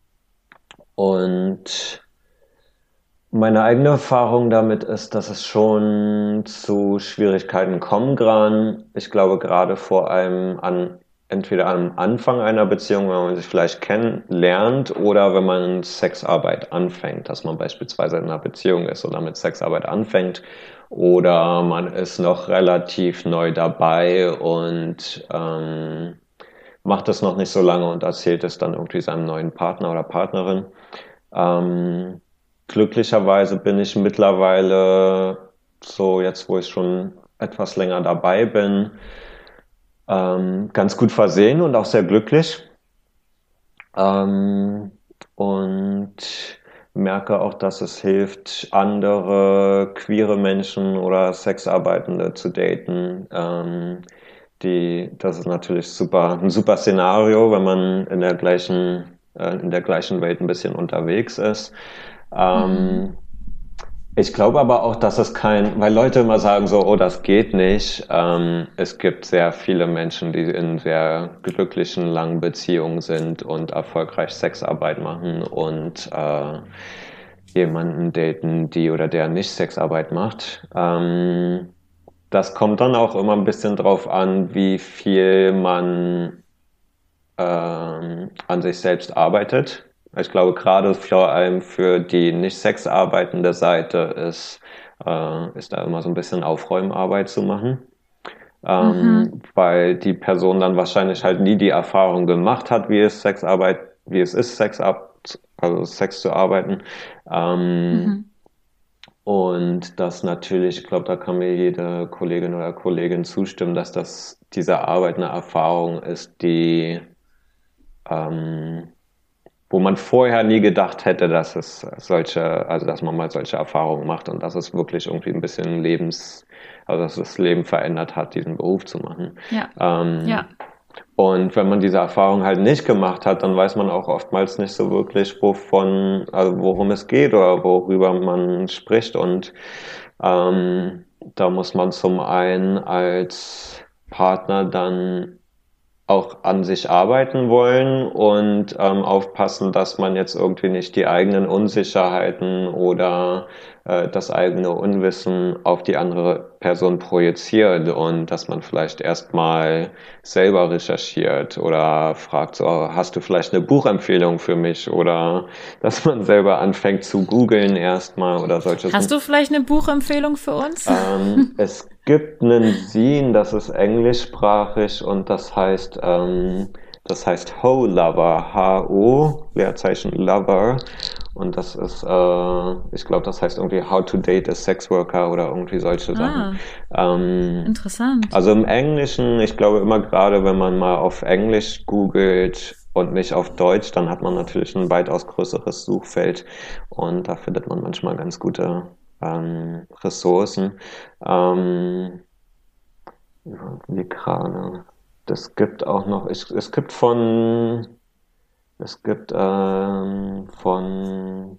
und meine eigene Erfahrung damit ist, dass es schon zu Schwierigkeiten kommen kann. Ich glaube, gerade vor allem an entweder am Anfang einer Beziehung, wenn man sich vielleicht kennenlernt, oder wenn man Sexarbeit anfängt, dass man beispielsweise in einer Beziehung ist oder mit Sexarbeit anfängt, oder man ist noch relativ neu dabei und ähm, macht es noch nicht so lange und erzählt es dann irgendwie seinem neuen Partner oder Partnerin. Ähm, glücklicherweise bin ich mittlerweile so, jetzt wo ich schon etwas länger dabei bin, Ähm, ganz gut versehen und auch sehr glücklich. Ähm, und merke auch, dass es hilft, andere queere Menschen oder Sexarbeitende zu daten. Ähm, die, das ist natürlich super, ein super Szenario, wenn man in der gleichen, äh, in der gleichen Welt ein bisschen unterwegs ist. Ähm, Mhm. Ich glaube aber auch, dass es kein, weil Leute immer sagen so, oh, das geht nicht. Ähm, es gibt sehr viele Menschen, die in sehr glücklichen, langen Beziehungen sind und erfolgreich Sexarbeit machen und äh, jemanden daten, die oder der nicht Sexarbeit macht. Ähm, das kommt dann auch immer ein bisschen drauf an, wie viel man ähm, an sich selbst arbeitet. Ich glaube, gerade vor allem für die nicht sexarbeitende Seite ist, äh, ist da immer so ein bisschen Aufräumarbeit zu machen. Ähm, Mhm. weil die Person dann wahrscheinlich halt nie die Erfahrung gemacht hat, wie es Sexarbeit, wie es ist, Sex ab, also Sex zu arbeiten. Ähm, Mhm. und das natürlich, ich glaube, da kann mir jede Kollegin oder Kollegin zustimmen, dass das diese Arbeit eine Erfahrung ist, die ähm, wo man vorher nie gedacht hätte, dass es solche, also dass man mal solche Erfahrungen macht und dass es wirklich irgendwie ein bisschen Lebens, also dass das Leben verändert hat, diesen Beruf zu machen. Ja. Ähm, Ja. Und wenn man diese Erfahrung halt nicht gemacht hat, dann weiß man auch oftmals nicht so wirklich, wovon, also worum es geht oder worüber man spricht. Und ähm, da muss man zum einen als Partner dann auch an sich arbeiten wollen und ähm, aufpassen, dass man jetzt irgendwie nicht die eigenen Unsicherheiten oder äh, das eigene Unwissen auf die andere Person projiziert und dass man vielleicht erstmal selber recherchiert oder fragt, so, hast du vielleicht eine Buchempfehlung für mich, oder dass man selber anfängt zu googeln erstmal oder solche Sachen. Hast du vielleicht eine Buchempfehlung für uns? Ähm, es gibt einen Zine, das ist englischsprachig und das heißt, ähm, das heißt Ho Lover, H O, Leerzeichen Lover. Und das ist, äh, ich glaube, das heißt irgendwie How to Date a Sex Worker oder irgendwie solche Sachen. Ah, ähm, interessant. Also im Englischen, ich glaube immer gerade, wenn man mal auf Englisch googelt und nicht auf Deutsch, dann hat man natürlich ein weitaus größeres Suchfeld und da findet man manchmal ganz gute ähm, Ressourcen. Ähm, wie gerade. Das gibt auch noch, ich, es gibt von Es gibt ähm, von,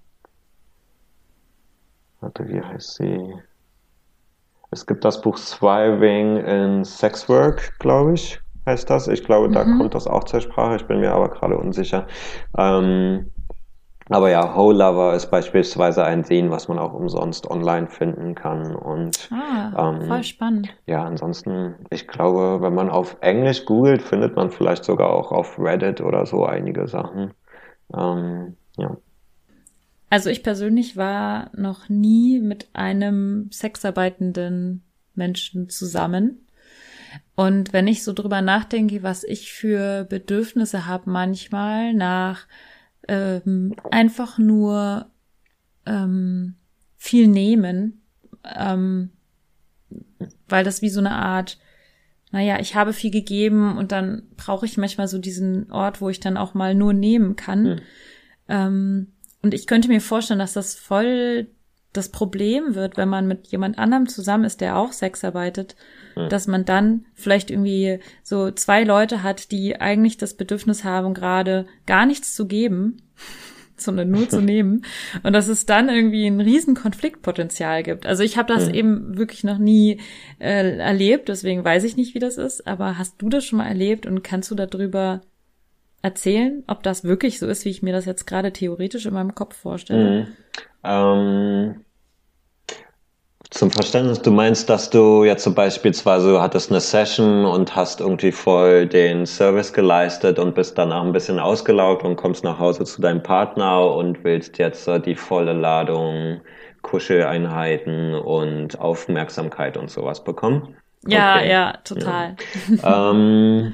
warte, wie heißt sie? Es gibt das Buch Thriving in Sex Work, glaube ich, heißt das. Ich glaube, da Mhm. kommt das auch zur Sprache. Ich bin mir aber gerade unsicher. Ähm, aber ja, Ho Lover ist beispielsweise ein Zine, was man auch umsonst online finden kann. Und Ah, ähm, voll spannend. ja, ansonsten, ich glaube, wenn man auf Englisch googelt, findet man vielleicht sogar auch auf Reddit oder so einige Sachen. Ähm, ja. Also ich persönlich war noch nie mit einem sexarbeitenden Menschen zusammen. Und wenn ich so drüber nachdenke, was ich für Bedürfnisse habe manchmal nach ähm, einfach nur ähm, viel nehmen, ähm, weil das wie so eine Art, naja, ich habe viel gegeben und dann brauche ich manchmal so diesen Ort, wo ich dann auch mal nur nehmen kann. Hm. Ähm, und ich könnte mir vorstellen, dass das voll das Problem wird, wenn man mit jemand anderem zusammen ist, der auch Sex arbeitet, Hm. dass man dann vielleicht irgendwie so zwei Leute hat, die eigentlich das Bedürfnis haben, gerade gar nichts zu geben, sondern nur zu nehmen. Und dass es dann irgendwie ein riesen Konfliktpotenzial gibt. Also ich habe das Hm. eben wirklich noch nie äh, erlebt, deswegen weiß ich nicht, wie das ist. Aber hast du das schon mal erlebt und kannst du darüber erzählen, ob das wirklich so ist, wie ich mir das jetzt gerade theoretisch in meinem Kopf vorstelle? Mhm. Ähm, zum Verständnis, du meinst, dass du jetzt so beispielsweise, du hattest eine Session und hast irgendwie voll den Service geleistet und bist danach ein bisschen ausgelaugt und kommst nach Hause zu deinem Partner und willst jetzt äh, die volle Ladung Kuscheleinheiten und Aufmerksamkeit und sowas bekommen? Ja, Okay. ja, total. Ähm,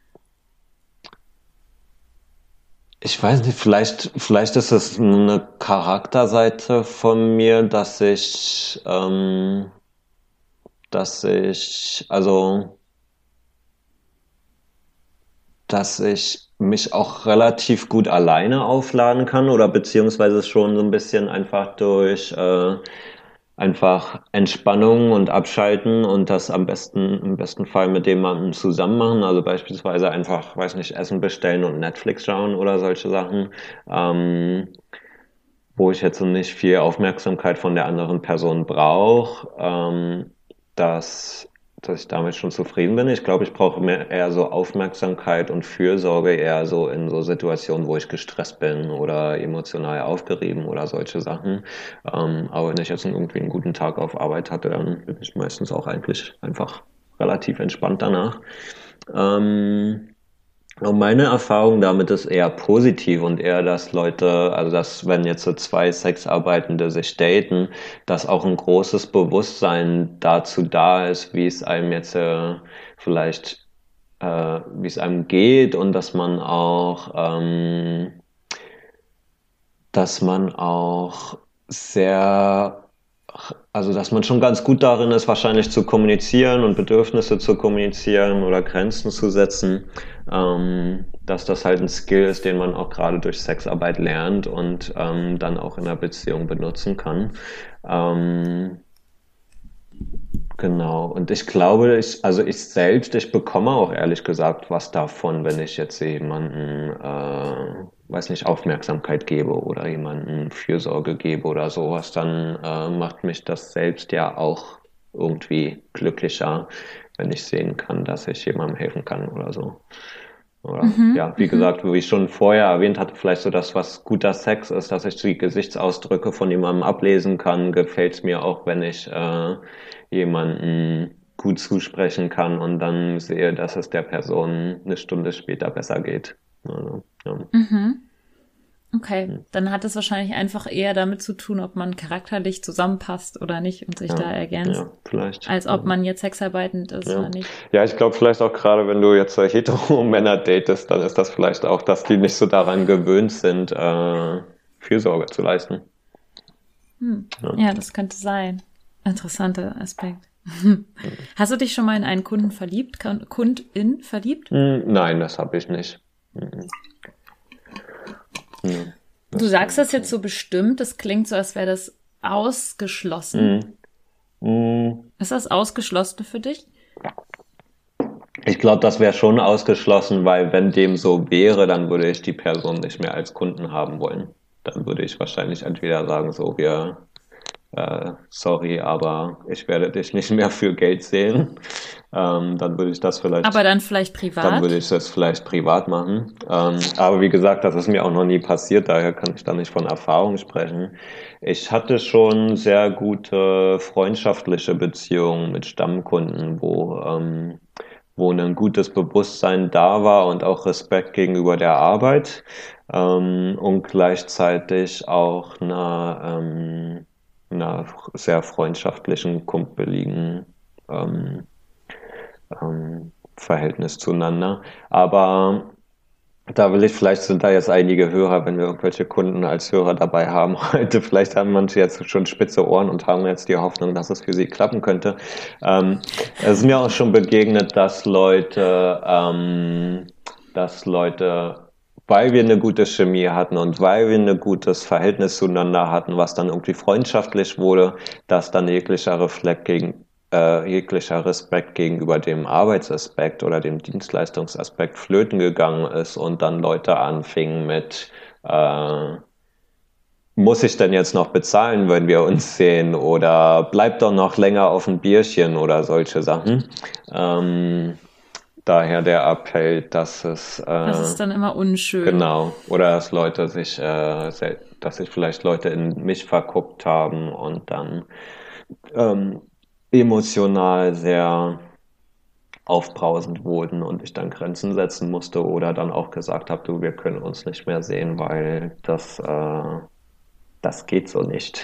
ich weiß nicht, vielleicht, vielleicht ist es eine Charakterseite von mir, dass ich, ähm, dass ich, also, dass ich mich auch relativ gut alleine aufladen kann oder beziehungsweise schon so ein bisschen einfach durch äh, einfach Entspannung und Abschalten und das am besten, im besten Fall mit jemandem zusammen machen. Also beispielsweise einfach, weiß nicht, Essen bestellen und Netflix schauen oder solche Sachen, ähm, wo ich jetzt so nicht viel Aufmerksamkeit von der anderen Person brauche, ähm, dass dass ich damit schon zufrieden bin. Ich glaube, ich brauche mehr eher so Aufmerksamkeit und Fürsorge eher so in so Situationen, wo ich gestresst bin oder emotional aufgerieben oder solche Sachen. Ähm, aber wenn ich jetzt irgendwie einen guten Tag auf Arbeit hatte, dann bin ich meistens auch eigentlich einfach relativ entspannt danach. Ähm, und meine Erfahrung damit ist eher positiv und eher, dass Leute, also dass wenn jetzt so zwei Sexarbeitende sich daten, dass auch ein großes Bewusstsein dazu da ist, wie es einem jetzt äh, vielleicht, äh, wie es einem geht und dass man auch, ähm, dass man auch sehr, also dass man schon ganz gut darin ist, wahrscheinlich zu kommunizieren und Bedürfnisse zu kommunizieren oder Grenzen zu setzen, ähm, dass das halt ein Skill ist, den man auch gerade durch Sexarbeit lernt und ähm, dann auch in einer Beziehung benutzen kann. Ähm, Genau. Und ich glaube, ich, also ich selbst, ich bekomme auch ehrlich gesagt was davon, wenn ich jetzt jemanden, äh, weiß nicht, Aufmerksamkeit gebe oder jemanden Fürsorge gebe oder sowas, dann äh, macht mich das selbst ja auch irgendwie glücklicher, wenn ich sehen kann, dass ich jemandem helfen kann oder so. Oder Mhm, ja, wie mhm. gesagt, wie ich schon vorher erwähnt hatte, vielleicht so das, was guter Sex ist, dass ich die Gesichtsausdrücke von jemandem ablesen kann, gefällt es mir auch, wenn ich äh, jemanden gut zusprechen kann und dann sehe, dass es der Person eine Stunde später besser geht. Also, ja. Mhm. Okay, dann hat es wahrscheinlich einfach eher damit zu tun, ob man charakterlich zusammenpasst oder nicht und sich Ja, da ergänzt, ja, vielleicht. als ob Ja. man jetzt sexarbeitend ist Ja. oder nicht. Ja, ich glaube vielleicht auch gerade, wenn du jetzt äh, hetero-Männer datest, dann ist das vielleicht auch, dass die nicht so daran gewöhnt sind, äh, Fürsorge zu leisten. Hm. Ja. Ja, das könnte sein. Interessanter Aspekt. Hast du dich schon mal in einen Kunden verliebt, Kun- Kundin verliebt? Hm, nein, das habe ich nicht. Mhm. Ja, Du sagst das jetzt so bestimmt, das klingt so, als wäre das ausgeschlossen. Mhm. Mhm. Ist das ausgeschlossen für dich? Ich glaube, das wäre schon ausgeschlossen, weil wenn dem so wäre, dann würde ich die Person nicht mehr als Kunden haben wollen. Dann würde ich wahrscheinlich entweder sagen, so, wir, äh, sorry, aber ich werde dich nicht mehr für Geld sehen. Ähm, dann würde ich das vielleicht, Aber dann vielleicht dann privat? würde ich das vielleicht privat machen. Ähm, aber wie gesagt, das ist mir auch noch nie passiert, daher kann ich da nicht von Erfahrung sprechen. Ich hatte schon sehr gute freundschaftliche Beziehungen mit Stammkunden, wo, ähm, wo ein gutes Bewusstsein da war und auch Respekt gegenüber der Arbeit, ähm, und gleichzeitig auch einer, ähm, einer sehr freundschaftlichen, kumpeligen ähm, ähm, Verhältnis zueinander. Aber da will ich, vielleicht sind da jetzt einige Hörer, wenn wir irgendwelche Kunden als Hörer dabei haben heute, vielleicht haben manche jetzt schon spitze Ohren und haben jetzt die Hoffnung, dass es für sie klappen könnte. Ähm, es ist mir auch schon begegnet, dass Leute, ähm, dass Leute, weil wir eine gute Chemie hatten und weil wir ein gutes Verhältnis zueinander hatten, was dann irgendwie freundschaftlich wurde, dass dann jeglicher Reflex gegen äh, jeglicher Respekt gegenüber dem Arbeitsaspekt oder dem Dienstleistungsaspekt flöten gegangen ist und dann Leute anfingen mit, äh, muss ich denn jetzt noch bezahlen, wenn wir uns sehen, oder bleib doch noch länger auf ein Bierchen oder solche Sachen. Ähm, daher der Appell, dass es äh, Das ist dann immer unschön. genau, oder dass Leute sich, äh, sel- dass sich vielleicht Leute in mich verguckt haben und dann ähm, emotional sehr aufbrausend wurden und ich dann Grenzen setzen musste oder dann auch gesagt habe, du, wir können uns nicht mehr sehen, weil das, äh, das geht so nicht.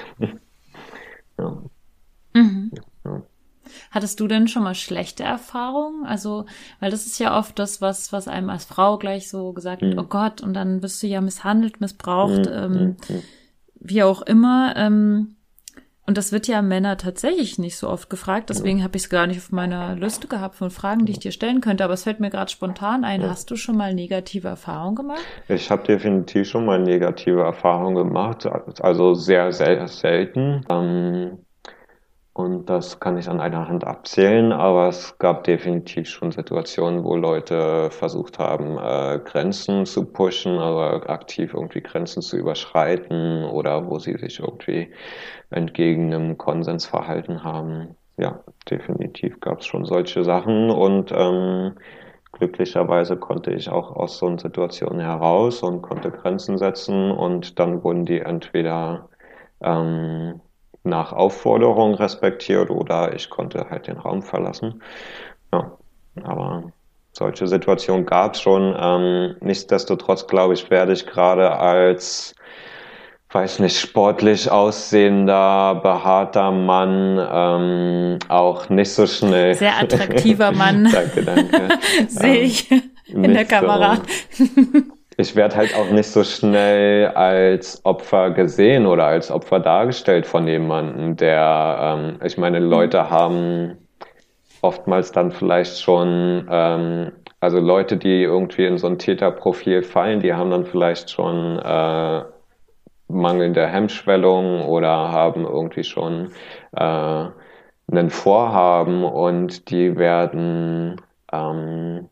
Ja. Mhm. Ja. Hattest du denn schon mal schlechte Erfahrungen? Also, weil das ist ja oft das, was, was einem als Frau gleich so gesagt wird, Mhm. oh Gott, und dann wirst du ja misshandelt, missbraucht, Mhm. ähm, Mhm. wie auch immer. Ähm, und das wird ja Männer tatsächlich nicht so oft gefragt. Deswegen habe ich es gar nicht auf meiner Liste gehabt von Fragen, die ich dir stellen könnte. Aber es fällt mir gerade spontan ein. Ja. Hast du schon mal negative Erfahrungen gemacht? Ich habe definitiv schon mal negative Erfahrungen gemacht, also sehr, sehr selten. Ähm, und das kann ich an einer Hand abzählen, aber es gab definitiv schon Situationen, wo Leute versucht haben, äh, Grenzen zu pushen, also aktiv irgendwie Grenzen zu überschreiten oder wo sie sich irgendwie entgegen einem Konsens verhalten haben. Ja, definitiv gab es schon solche Sachen und ähm, glücklicherweise konnte ich auch aus so einer Situation heraus und konnte Grenzen setzen und dann wurden die entweder ähm, nach Aufforderung respektiert oder ich konnte halt den Raum verlassen. Ja, aber solche Situationen gab es schon. Ähm, nichtsdestotrotz, glaube ich, werde ich gerade als, weiß nicht, sportlich aussehender, behaarter Mann ähm, auch nicht so schnell. Sehr attraktiver Mann. Danke, danke. Sehe ich in der nicht so- Kamera. Ich werde halt auch nicht so schnell als Opfer gesehen oder als Opfer dargestellt von jemandem, der, ähm, ich meine, Leute haben oftmals dann vielleicht schon, ähm, also Leute, die irgendwie in so ein Täterprofil fallen, die haben dann vielleicht schon äh, mangelnde Hemmschwellung oder haben irgendwie schon äh, ein Vorhaben und die werden ähm,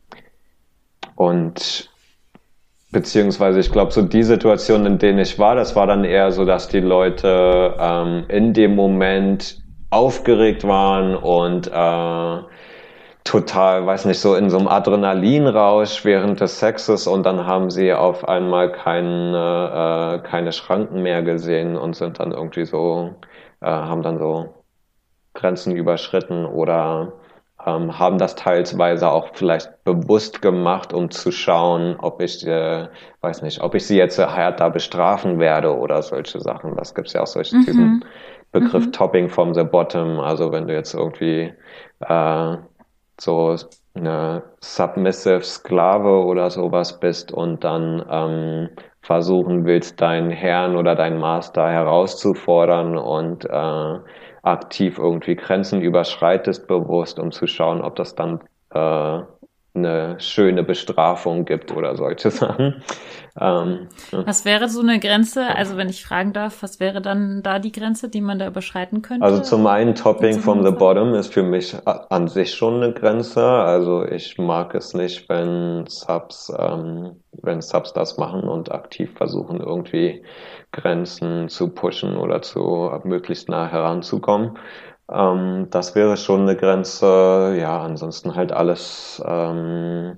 und beziehungsweise ich glaube, so die Situation, in denen ich war, das war dann eher so, dass die Leute ähm, in dem Moment aufgeregt waren und äh, total, weiß nicht, so in so einem Adrenalinrausch während des Sexes und dann haben sie auf einmal keine, äh, keine Schranken mehr gesehen und sind dann irgendwie so, äh, haben dann so Grenzen überschritten oder ähm, haben das teilweise auch vielleicht bewusst gemacht, um zu schauen, ob ich, äh, weiß nicht, ob ich sie jetzt härter bestrafen werde oder solche Sachen. Das gibt's ja auch solche, Mhm. diesen Begriff Mhm. Topping from the bottom. Also wenn du jetzt irgendwie äh, so eine submissive Sklave oder sowas bist und dann ähm, versuchen willst, deinen Herrn oder deinen Master herauszufordern und äh, aktiv irgendwie Grenzen überschreitest bewusst, um zu schauen, ob das dann äh, eine schöne Bestrafung gibt oder solche Sachen. Ähm, ja. Was wäre so eine Grenze, also wenn ich fragen darf, was wäre dann da die Grenze, die man da überschreiten könnte? Also zum einen Topping Gibt's from the irgendwas? bottom ist für mich a- an sich schon eine Grenze. Also ich mag es nicht, wenn Subs, ähm, wenn Subs das machen und aktiv versuchen, irgendwie Grenzen zu pushen oder zu möglichst nah heranzukommen. Ähm, das wäre schon eine Grenze. Ja, ansonsten halt alles, ähm,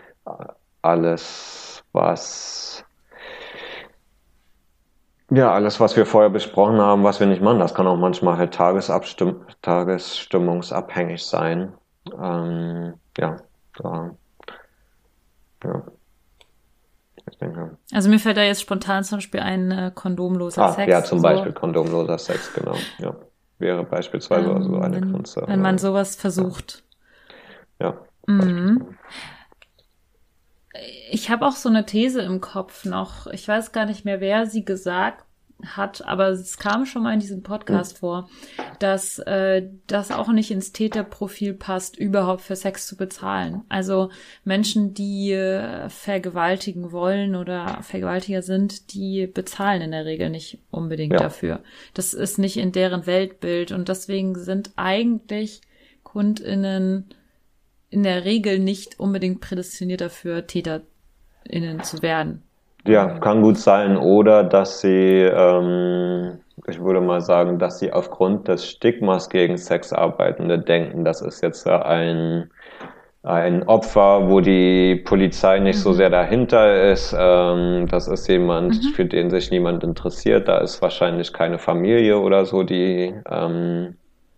alles, was Ja, alles, was wir vorher besprochen haben, was wir nicht machen, das kann auch manchmal halt tagesabstimm tagesstimmungsabhängig sein. Ähm, ja, da, ja, ich denke. Also mir fällt da jetzt spontan zum Beispiel ein äh, kondomloser Ah, Sex. ja, zum so, Beispiel kondomloser Sex, genau. Ja, wäre beispielsweise ähm, so eine wenn, Grenze. wenn man äh, sowas versucht. Ja, Mhm. Ich habe auch so eine These im Kopf noch. Ich weiß gar nicht mehr, wer sie gesagt hat, aber es kam schon mal in diesem Podcast vor, dass äh, das auch nicht ins Täterprofil passt, überhaupt für Sex zu bezahlen. Also Menschen, die äh, vergewaltigen wollen oder Vergewaltiger sind, die bezahlen in der Regel nicht unbedingt Ja. dafür. Das ist nicht in deren Weltbild und deswegen sind eigentlich KundInnen in der Regel nicht unbedingt prädestiniert dafür, TäterInnen zu werden. Ja, kann gut sein. Oder dass sie, ähm, ich würde mal sagen, dass sie aufgrund des Stigmas gegen Sexarbeitende denken, das ist jetzt ein, ein Opfer, wo die Polizei nicht so Mhm. sehr dahinter ist. Ähm, das ist jemand, Mhm. für den sich niemand interessiert. Da ist wahrscheinlich keine Familie oder so, die, ähm,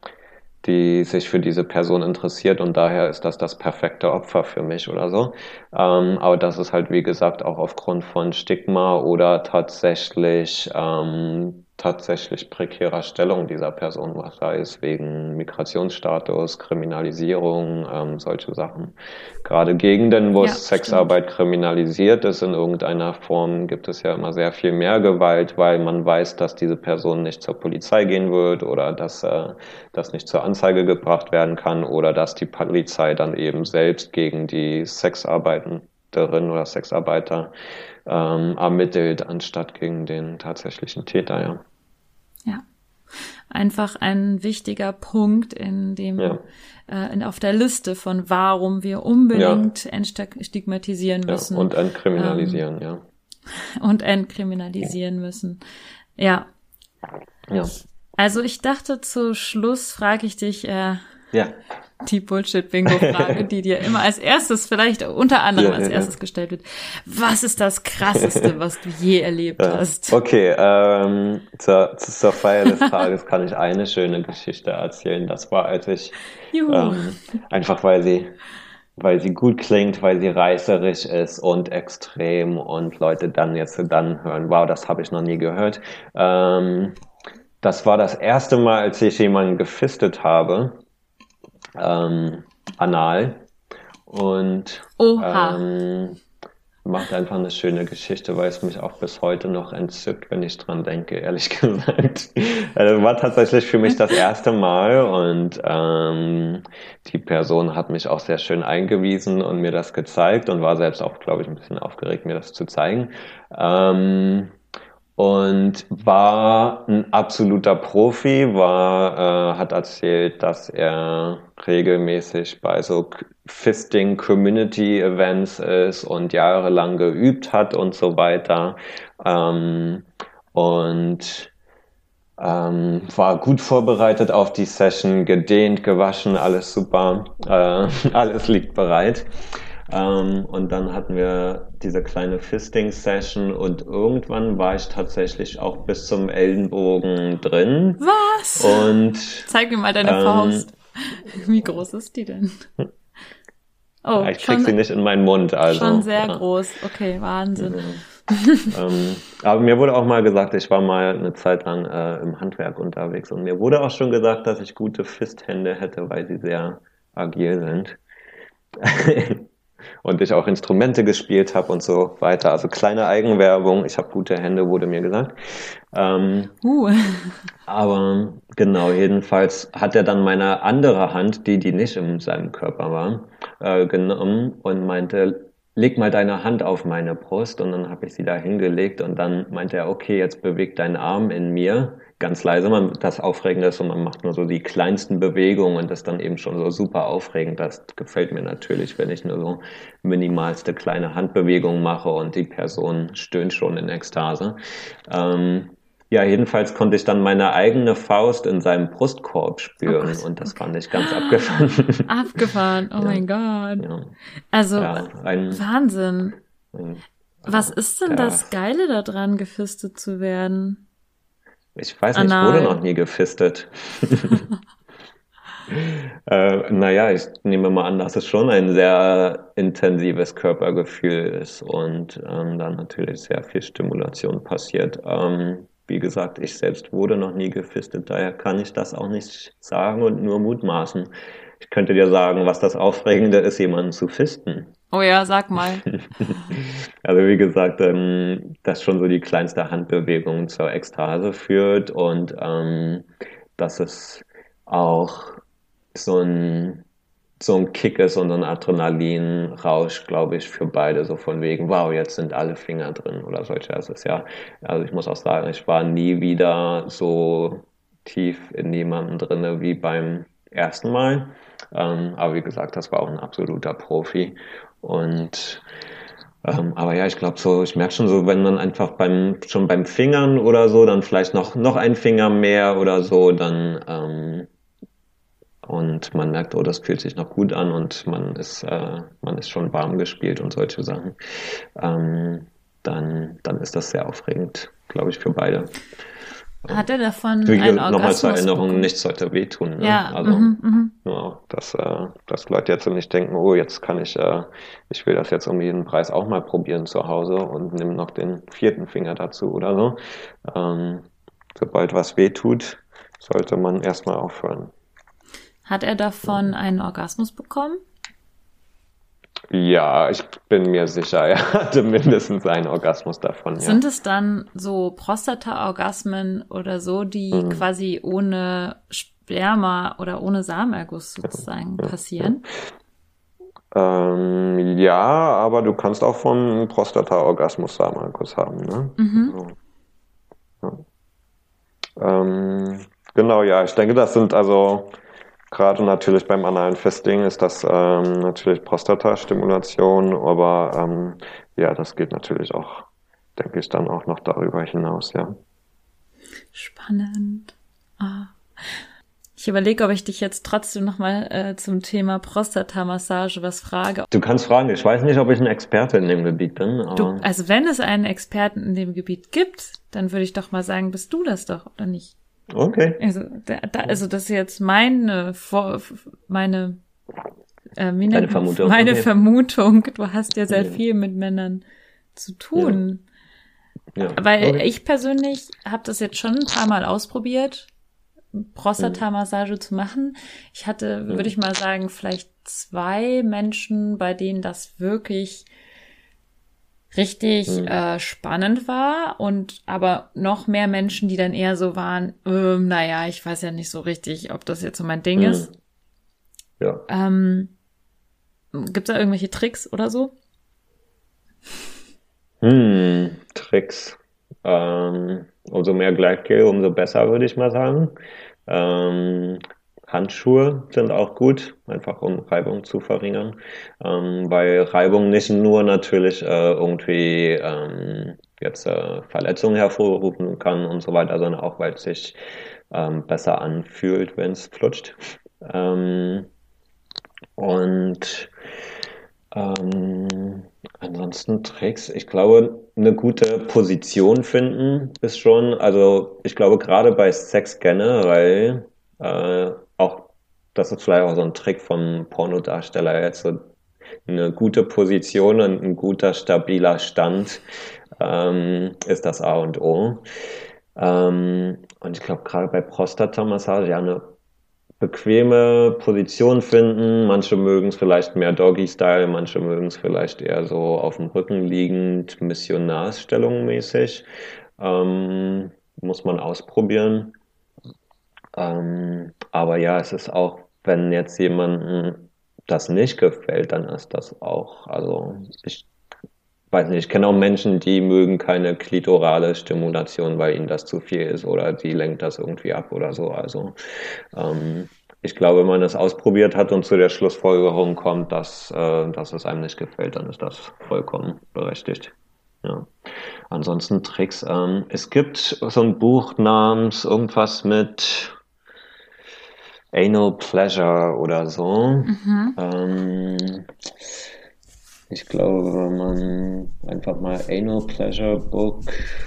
die sich für diese Person interessiert und daher ist das das perfekte Opfer für mich oder so. Ähm, aber das ist halt, wie gesagt, auch aufgrund von Stigma oder tatsächlich, ähm, tatsächlich prekärer Stellung dieser Person, was sei es wegen Migrationsstatus, Kriminalisierung, ähm, solche Sachen. Gerade Gegenden, wo Ja, es Sexarbeit kriminalisiert ist in irgendeiner Form, gibt es ja immer sehr viel mehr Gewalt, weil man weiß, dass diese Person nicht zur Polizei gehen wird oder dass äh, das nicht zur Anzeige gebracht werden kann oder dass die Polizei dann eben selbst gegen die Sexarbeiterin oder Sexarbeiter ähm, ermittelt, anstatt gegen den tatsächlichen Täter, ja. Ja. Einfach ein wichtiger Punkt in dem, Ja. äh, in, auf der Liste von warum wir unbedingt entstigmatisieren Ja, müssen und entkriminalisieren, ja. und entkriminalisieren müssen. Ja. Ja. Also ich dachte, zu Schluss frage ich dich äh, Ja. die Bullshit-Bingo-Frage, die dir immer als erstes, vielleicht unter anderem Ja, als ja, erstes gestellt wird. Was ist das Krasseste, was du je erlebt Ja. hast? Okay, ähm, zur, zur Feier des Tages kann ich eine schöne Geschichte erzählen. Das war, als ich Juhu. ähm, einfach weil sie weil sie gut klingt, weil sie reißerisch ist und extrem und Leute dann jetzt dann hören, wow, das habe ich noch nie gehört. Ähm, das war das erste Mal, als ich jemanden gefistet habe, ähm, anal und Oha. ähm, macht einfach eine schöne Geschichte, weil es mich auch bis heute noch entzückt, wenn ich dran denke, ehrlich gesagt. Also war tatsächlich für mich das erste Mal und ähm, die Person hat mich auch sehr schön eingewiesen und mir das gezeigt und war selbst auch, glaube ich, ein bisschen aufgeregt, mir das zu zeigen. Ähm, und war ein absoluter Profi, war, äh, hat erzählt, dass er regelmäßig bei so Fisting-Community-Events ist und jahrelang geübt hat und so weiter. Ähm, und ähm, war gut vorbereitet auf die Session, gedehnt, gewaschen, alles super, äh, alles liegt bereit. Ähm, und dann hatten wir diese kleine Fisting-Session und irgendwann war ich tatsächlich auch bis zum Ellenbogen drin. Was? Und zeig mir mal deine ähm, Faust. Wie groß ist die denn? Oh, ich krieg schon, sie nicht in meinen Mund, also. schon sehr ja. groß. Okay, Wahnsinn. ähm, aber mir wurde auch mal gesagt, ich war mal eine Zeit lang äh, im Handwerk unterwegs und mir wurde auch schon gesagt, dass ich gute Fisthände hätte, weil sie sehr agil sind. Und ich auch Instrumente gespielt habe und so weiter. Also kleine Eigenwerbung. Ich habe gute Hände, wurde mir gesagt. Ähm, Uh. aber genau, jedenfalls hat er dann meine andere Hand, die die nicht in seinem Körper war, äh, genommen und meinte, leg mal deine Hand auf meine Brust. Und dann habe ich sie da hingelegt und dann meinte er, okay, jetzt beweg deinen Arm in mir. Ganz leise, man, das Aufregende ist und man macht nur so die kleinsten Bewegungen und das ist dann eben schon so super aufregend. Das gefällt mir natürlich, wenn ich nur so minimalste kleine Handbewegungen mache und die Person stöhnt schon in Ekstase. Ähm, ja, jedenfalls konnte ich dann meine eigene Faust in seinem Brustkorb spüren Oh Gott, und das okay. fand ich ganz abgefahren. Abgefahren, oh Ja. mein Gott. Ja. Also, Ja, ein, Wahnsinn. ein, Was ist denn ja. das Geile daran, gefistet zu werden? Ich weiß nicht, ich Anal. wurde noch nie gefistet. äh, naja, ich nehme mal an, dass es schon ein sehr intensives Körpergefühl ist und ähm, da natürlich sehr viel Stimulation passiert. Ähm, wie gesagt, ich selbst wurde noch nie gefistet, daher kann ich das auch nicht sagen und nur mutmaßen. Ich könnte dir sagen, was das Aufregende ist, jemanden zu fisten. Oh ja, sag mal. Also wie gesagt, ähm, dass schon so die kleinste Handbewegung zur Ekstase führt und ähm, dass es auch so ein so ein Kick ist und so ein Adrenalinrausch, glaube ich, für beide, so von wegen, wow, jetzt sind alle Finger drin oder solche. Das ist ja, also ich muss auch sagen, ich war nie wieder so tief in jemanden drinne wie beim ersten Mal. Ähm, aber wie gesagt, das war auch ein absoluter Profi. Und ähm, aber ja, ich glaube so, ich merke schon so, wenn man einfach beim schon beim Fingern oder so, dann vielleicht noch noch ein Finger mehr oder so, dann ähm, und man merkt, oh, das fühlt sich noch gut an und man ist äh, man ist schon warm gespielt und solche Sachen, ähm, dann dann ist das sehr aufregend, glaube ich, für beide. Hat er davon Wie einen gesagt, nochmal zur Orgasmus Erinnerung, bekommen? nichts sollte wehtun. Ne? Ja, Also, mhm, mhm. ja, dass, äh, dass Leute jetzt nicht denken, oh, jetzt kann ich, äh, ich will das jetzt um jeden Preis auch mal probieren zu Hause und nimm noch den vierten Finger dazu oder so. Ähm, sobald was wehtut, sollte man erstmal aufhören. Hat er davon einen Orgasmus bekommen? Ja, ich bin mir sicher, er hatte mindestens einen Orgasmus davon. Ja. Sind es dann so Prostata-Orgasmen oder so, die Mhm. quasi ohne Sperma oder ohne Samenerguss sozusagen Ja, passieren? Ähm, ja, aber du kannst auch vom Prostata-Orgasmus Samenerguss haben, ne? Mhm. So. Ja. Ähm, genau, ja, ich denke, das sind also gerade natürlich beim analen Fisting ist das ähm, natürlich Prostatastimulation, aber ähm, ja, das geht natürlich auch, denke ich, dann auch noch darüber hinaus, ja. Spannend. Ah. Ich überlege, ob ich dich jetzt trotzdem nochmal äh, zum Thema Prostata-Massage was frage. Du kannst fragen, ich weiß nicht, ob ich ein Experte in dem Gebiet bin, aber Du, also wenn es einen Experten in dem Gebiet gibt, dann würde ich doch mal sagen, bist du das doch, oder nicht? okay. Also, da, da, also das ist jetzt meine, Vor- meine, äh, wie Deine nennt- Vermutung, meine okay. Vermutung. Du hast ja sehr Ja. viel mit Männern zu tun. Ja. Weil Okay. ich persönlich habe das jetzt schon ein paar Mal ausprobiert, Prostata-Massage zu machen. Ich hatte, würde ich mal sagen, vielleicht zwei Menschen, bei denen das wirklich richtig Mhm. äh, spannend war und aber noch mehr Menschen, die dann eher so waren, ähm, naja, ich weiß ja nicht so richtig, ob das jetzt so mein Ding Mhm. ist. Ja. Ähm, gibt's da irgendwelche Tricks oder so? Hm, Tricks. Ähm, umso mehr Gleitgel, umso besser, würde ich mal sagen. Ähm, Handschuhe sind auch gut, einfach um Reibung zu verringern, ähm, weil Reibung nicht nur natürlich äh, irgendwie ähm, jetzt äh, Verletzungen hervorrufen kann und so weiter, sondern auch, weil es sich ähm, besser anfühlt, wenn es flutscht. Ähm, und ähm, ansonsten Tricks, ich glaube, eine gute Position finden ist schon, also ich glaube gerade bei Sex generell, äh, auch, das ist vielleicht auch so ein Trick vom Pornodarsteller jetzt, so eine gute Position und ein guter, stabiler Stand ähm, ist das A und O. Ähm, und ich glaube gerade bei Prostata-Massage, ja, eine bequeme Position finden. Manche mögen es vielleicht mehr Doggy-Style, manche mögen es vielleicht eher so auf dem Rücken liegend, Missionarsstellung mäßig. Ähm, muss man ausprobieren. Ähm, aber ja, es ist auch, wenn jetzt jemandem das nicht gefällt, dann ist das auch, also ich weiß nicht, ich kenne auch Menschen, die mögen keine klitorale Stimulation, weil ihnen das zu viel ist oder die lenkt das irgendwie ab oder so. Also ähm, ich glaube, wenn man das ausprobiert hat und zu der Schlussfolgerung kommt, dass, äh, dass es einem nicht gefällt, dann ist das vollkommen berechtigt. Ja. Ansonsten Tricks. Ähm, es gibt so ein Buch namens irgendwas mit Anal Pleasure oder so. Mhm. Ähm, Ich glaube, wenn man einfach mal Anal Pleasure Book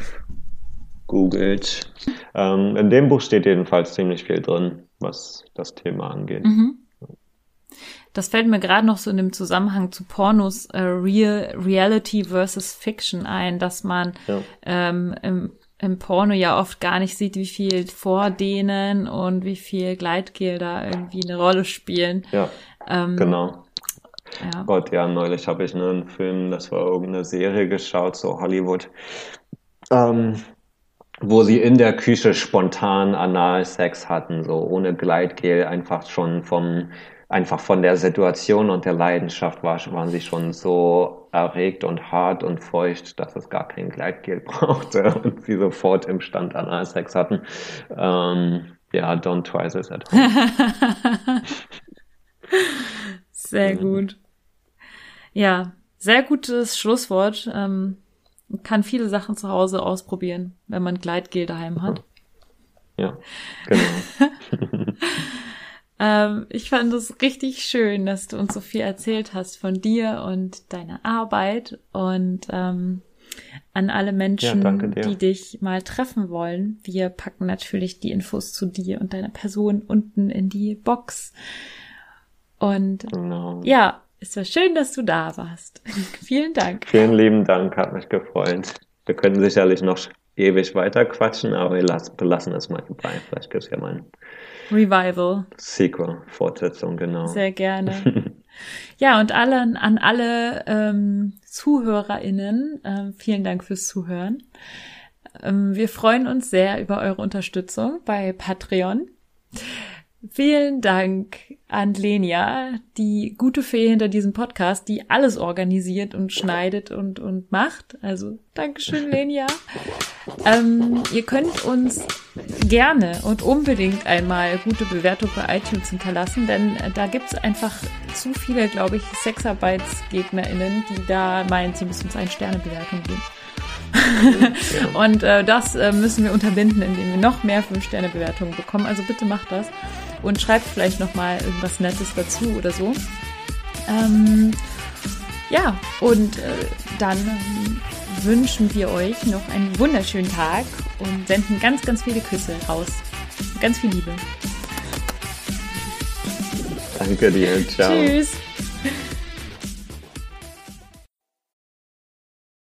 googelt, ähm, in dem Buch steht jedenfalls ziemlich viel drin, was das Thema angeht. Mhm. Das fällt mir gerade noch so in dem Zusammenhang zu Pornos äh, Real Reality versus Fiction ein, dass man Ja. ähm, im, im Porno ja oft gar nicht sieht, wie viel Vordehnen und wie viel Gleitgel da irgendwie eine Rolle spielen. Ja, Ähm, genau. Ja. Gott, ja, neulich habe ich einen Film, das war irgendeine Serie geschaut, so Hollywood, ähm, wo sie in der Küche spontan Analsex hatten, so ohne Gleitgel, einfach schon vom, einfach von der Situation und der Leidenschaft war, waren sie schon so erregt und hart und feucht, dass es gar kein Gleitgel brauchte und sie sofort im Stand Analsex hatten. Ähm, ja, don't try this at home. Sehr gut. Ja, sehr gutes Schlusswort. Ähm, man kann viele Sachen zu Hause ausprobieren, wenn man Gleitgel daheim hat. Ja, genau. ähm, ich fand es richtig schön, dass du uns so viel erzählt hast von dir und deiner Arbeit und ähm, an alle Menschen, Ja, danke dir. die dich mal treffen wollen. Wir packen natürlich die Infos zu dir und deiner Person unten in die Box. Und Genau. ja, es war schön, dass du da warst. Vielen Dank. Vielen lieben Dank, hat mich gefreut. Wir können sicherlich noch ewig weiter quatschen, aber wir lassen, belassen es mal dabei. Vielleicht gibt es ja mal ein Revival. Sequel, Fortsetzung, genau. Sehr gerne. Ja, und allen, an alle ähm, ZuhörerInnen, ähm, vielen Dank fürs Zuhören. Ähm, wir freuen uns sehr über eure Unterstützung bei Patreon. Vielen Dank an Lenia, die gute Fee hinter diesem Podcast, die alles organisiert und schneidet und und macht. Also Dankeschön, Lenia. ähm, ihr könnt uns gerne und unbedingt einmal gute Bewertung bei iTunes hinterlassen, denn äh, da gibt's einfach zu viele, glaube ich, SexarbeitsgegnerInnen, die da meinen, sie müssen uns eine Sternebewertung geben. Und äh, das äh, müssen wir unterbinden, indem wir noch mehr fünf Sterne Bewertungen bekommen. Also bitte macht das und schreibt vielleicht noch mal irgendwas Nettes dazu oder so. Ähm, ja, und äh, dann ähm, wünschen wir euch noch einen wunderschönen Tag und senden ganz, ganz viele Küsse raus. Ganz viel Liebe. Danke dir, ciao. Tschüss.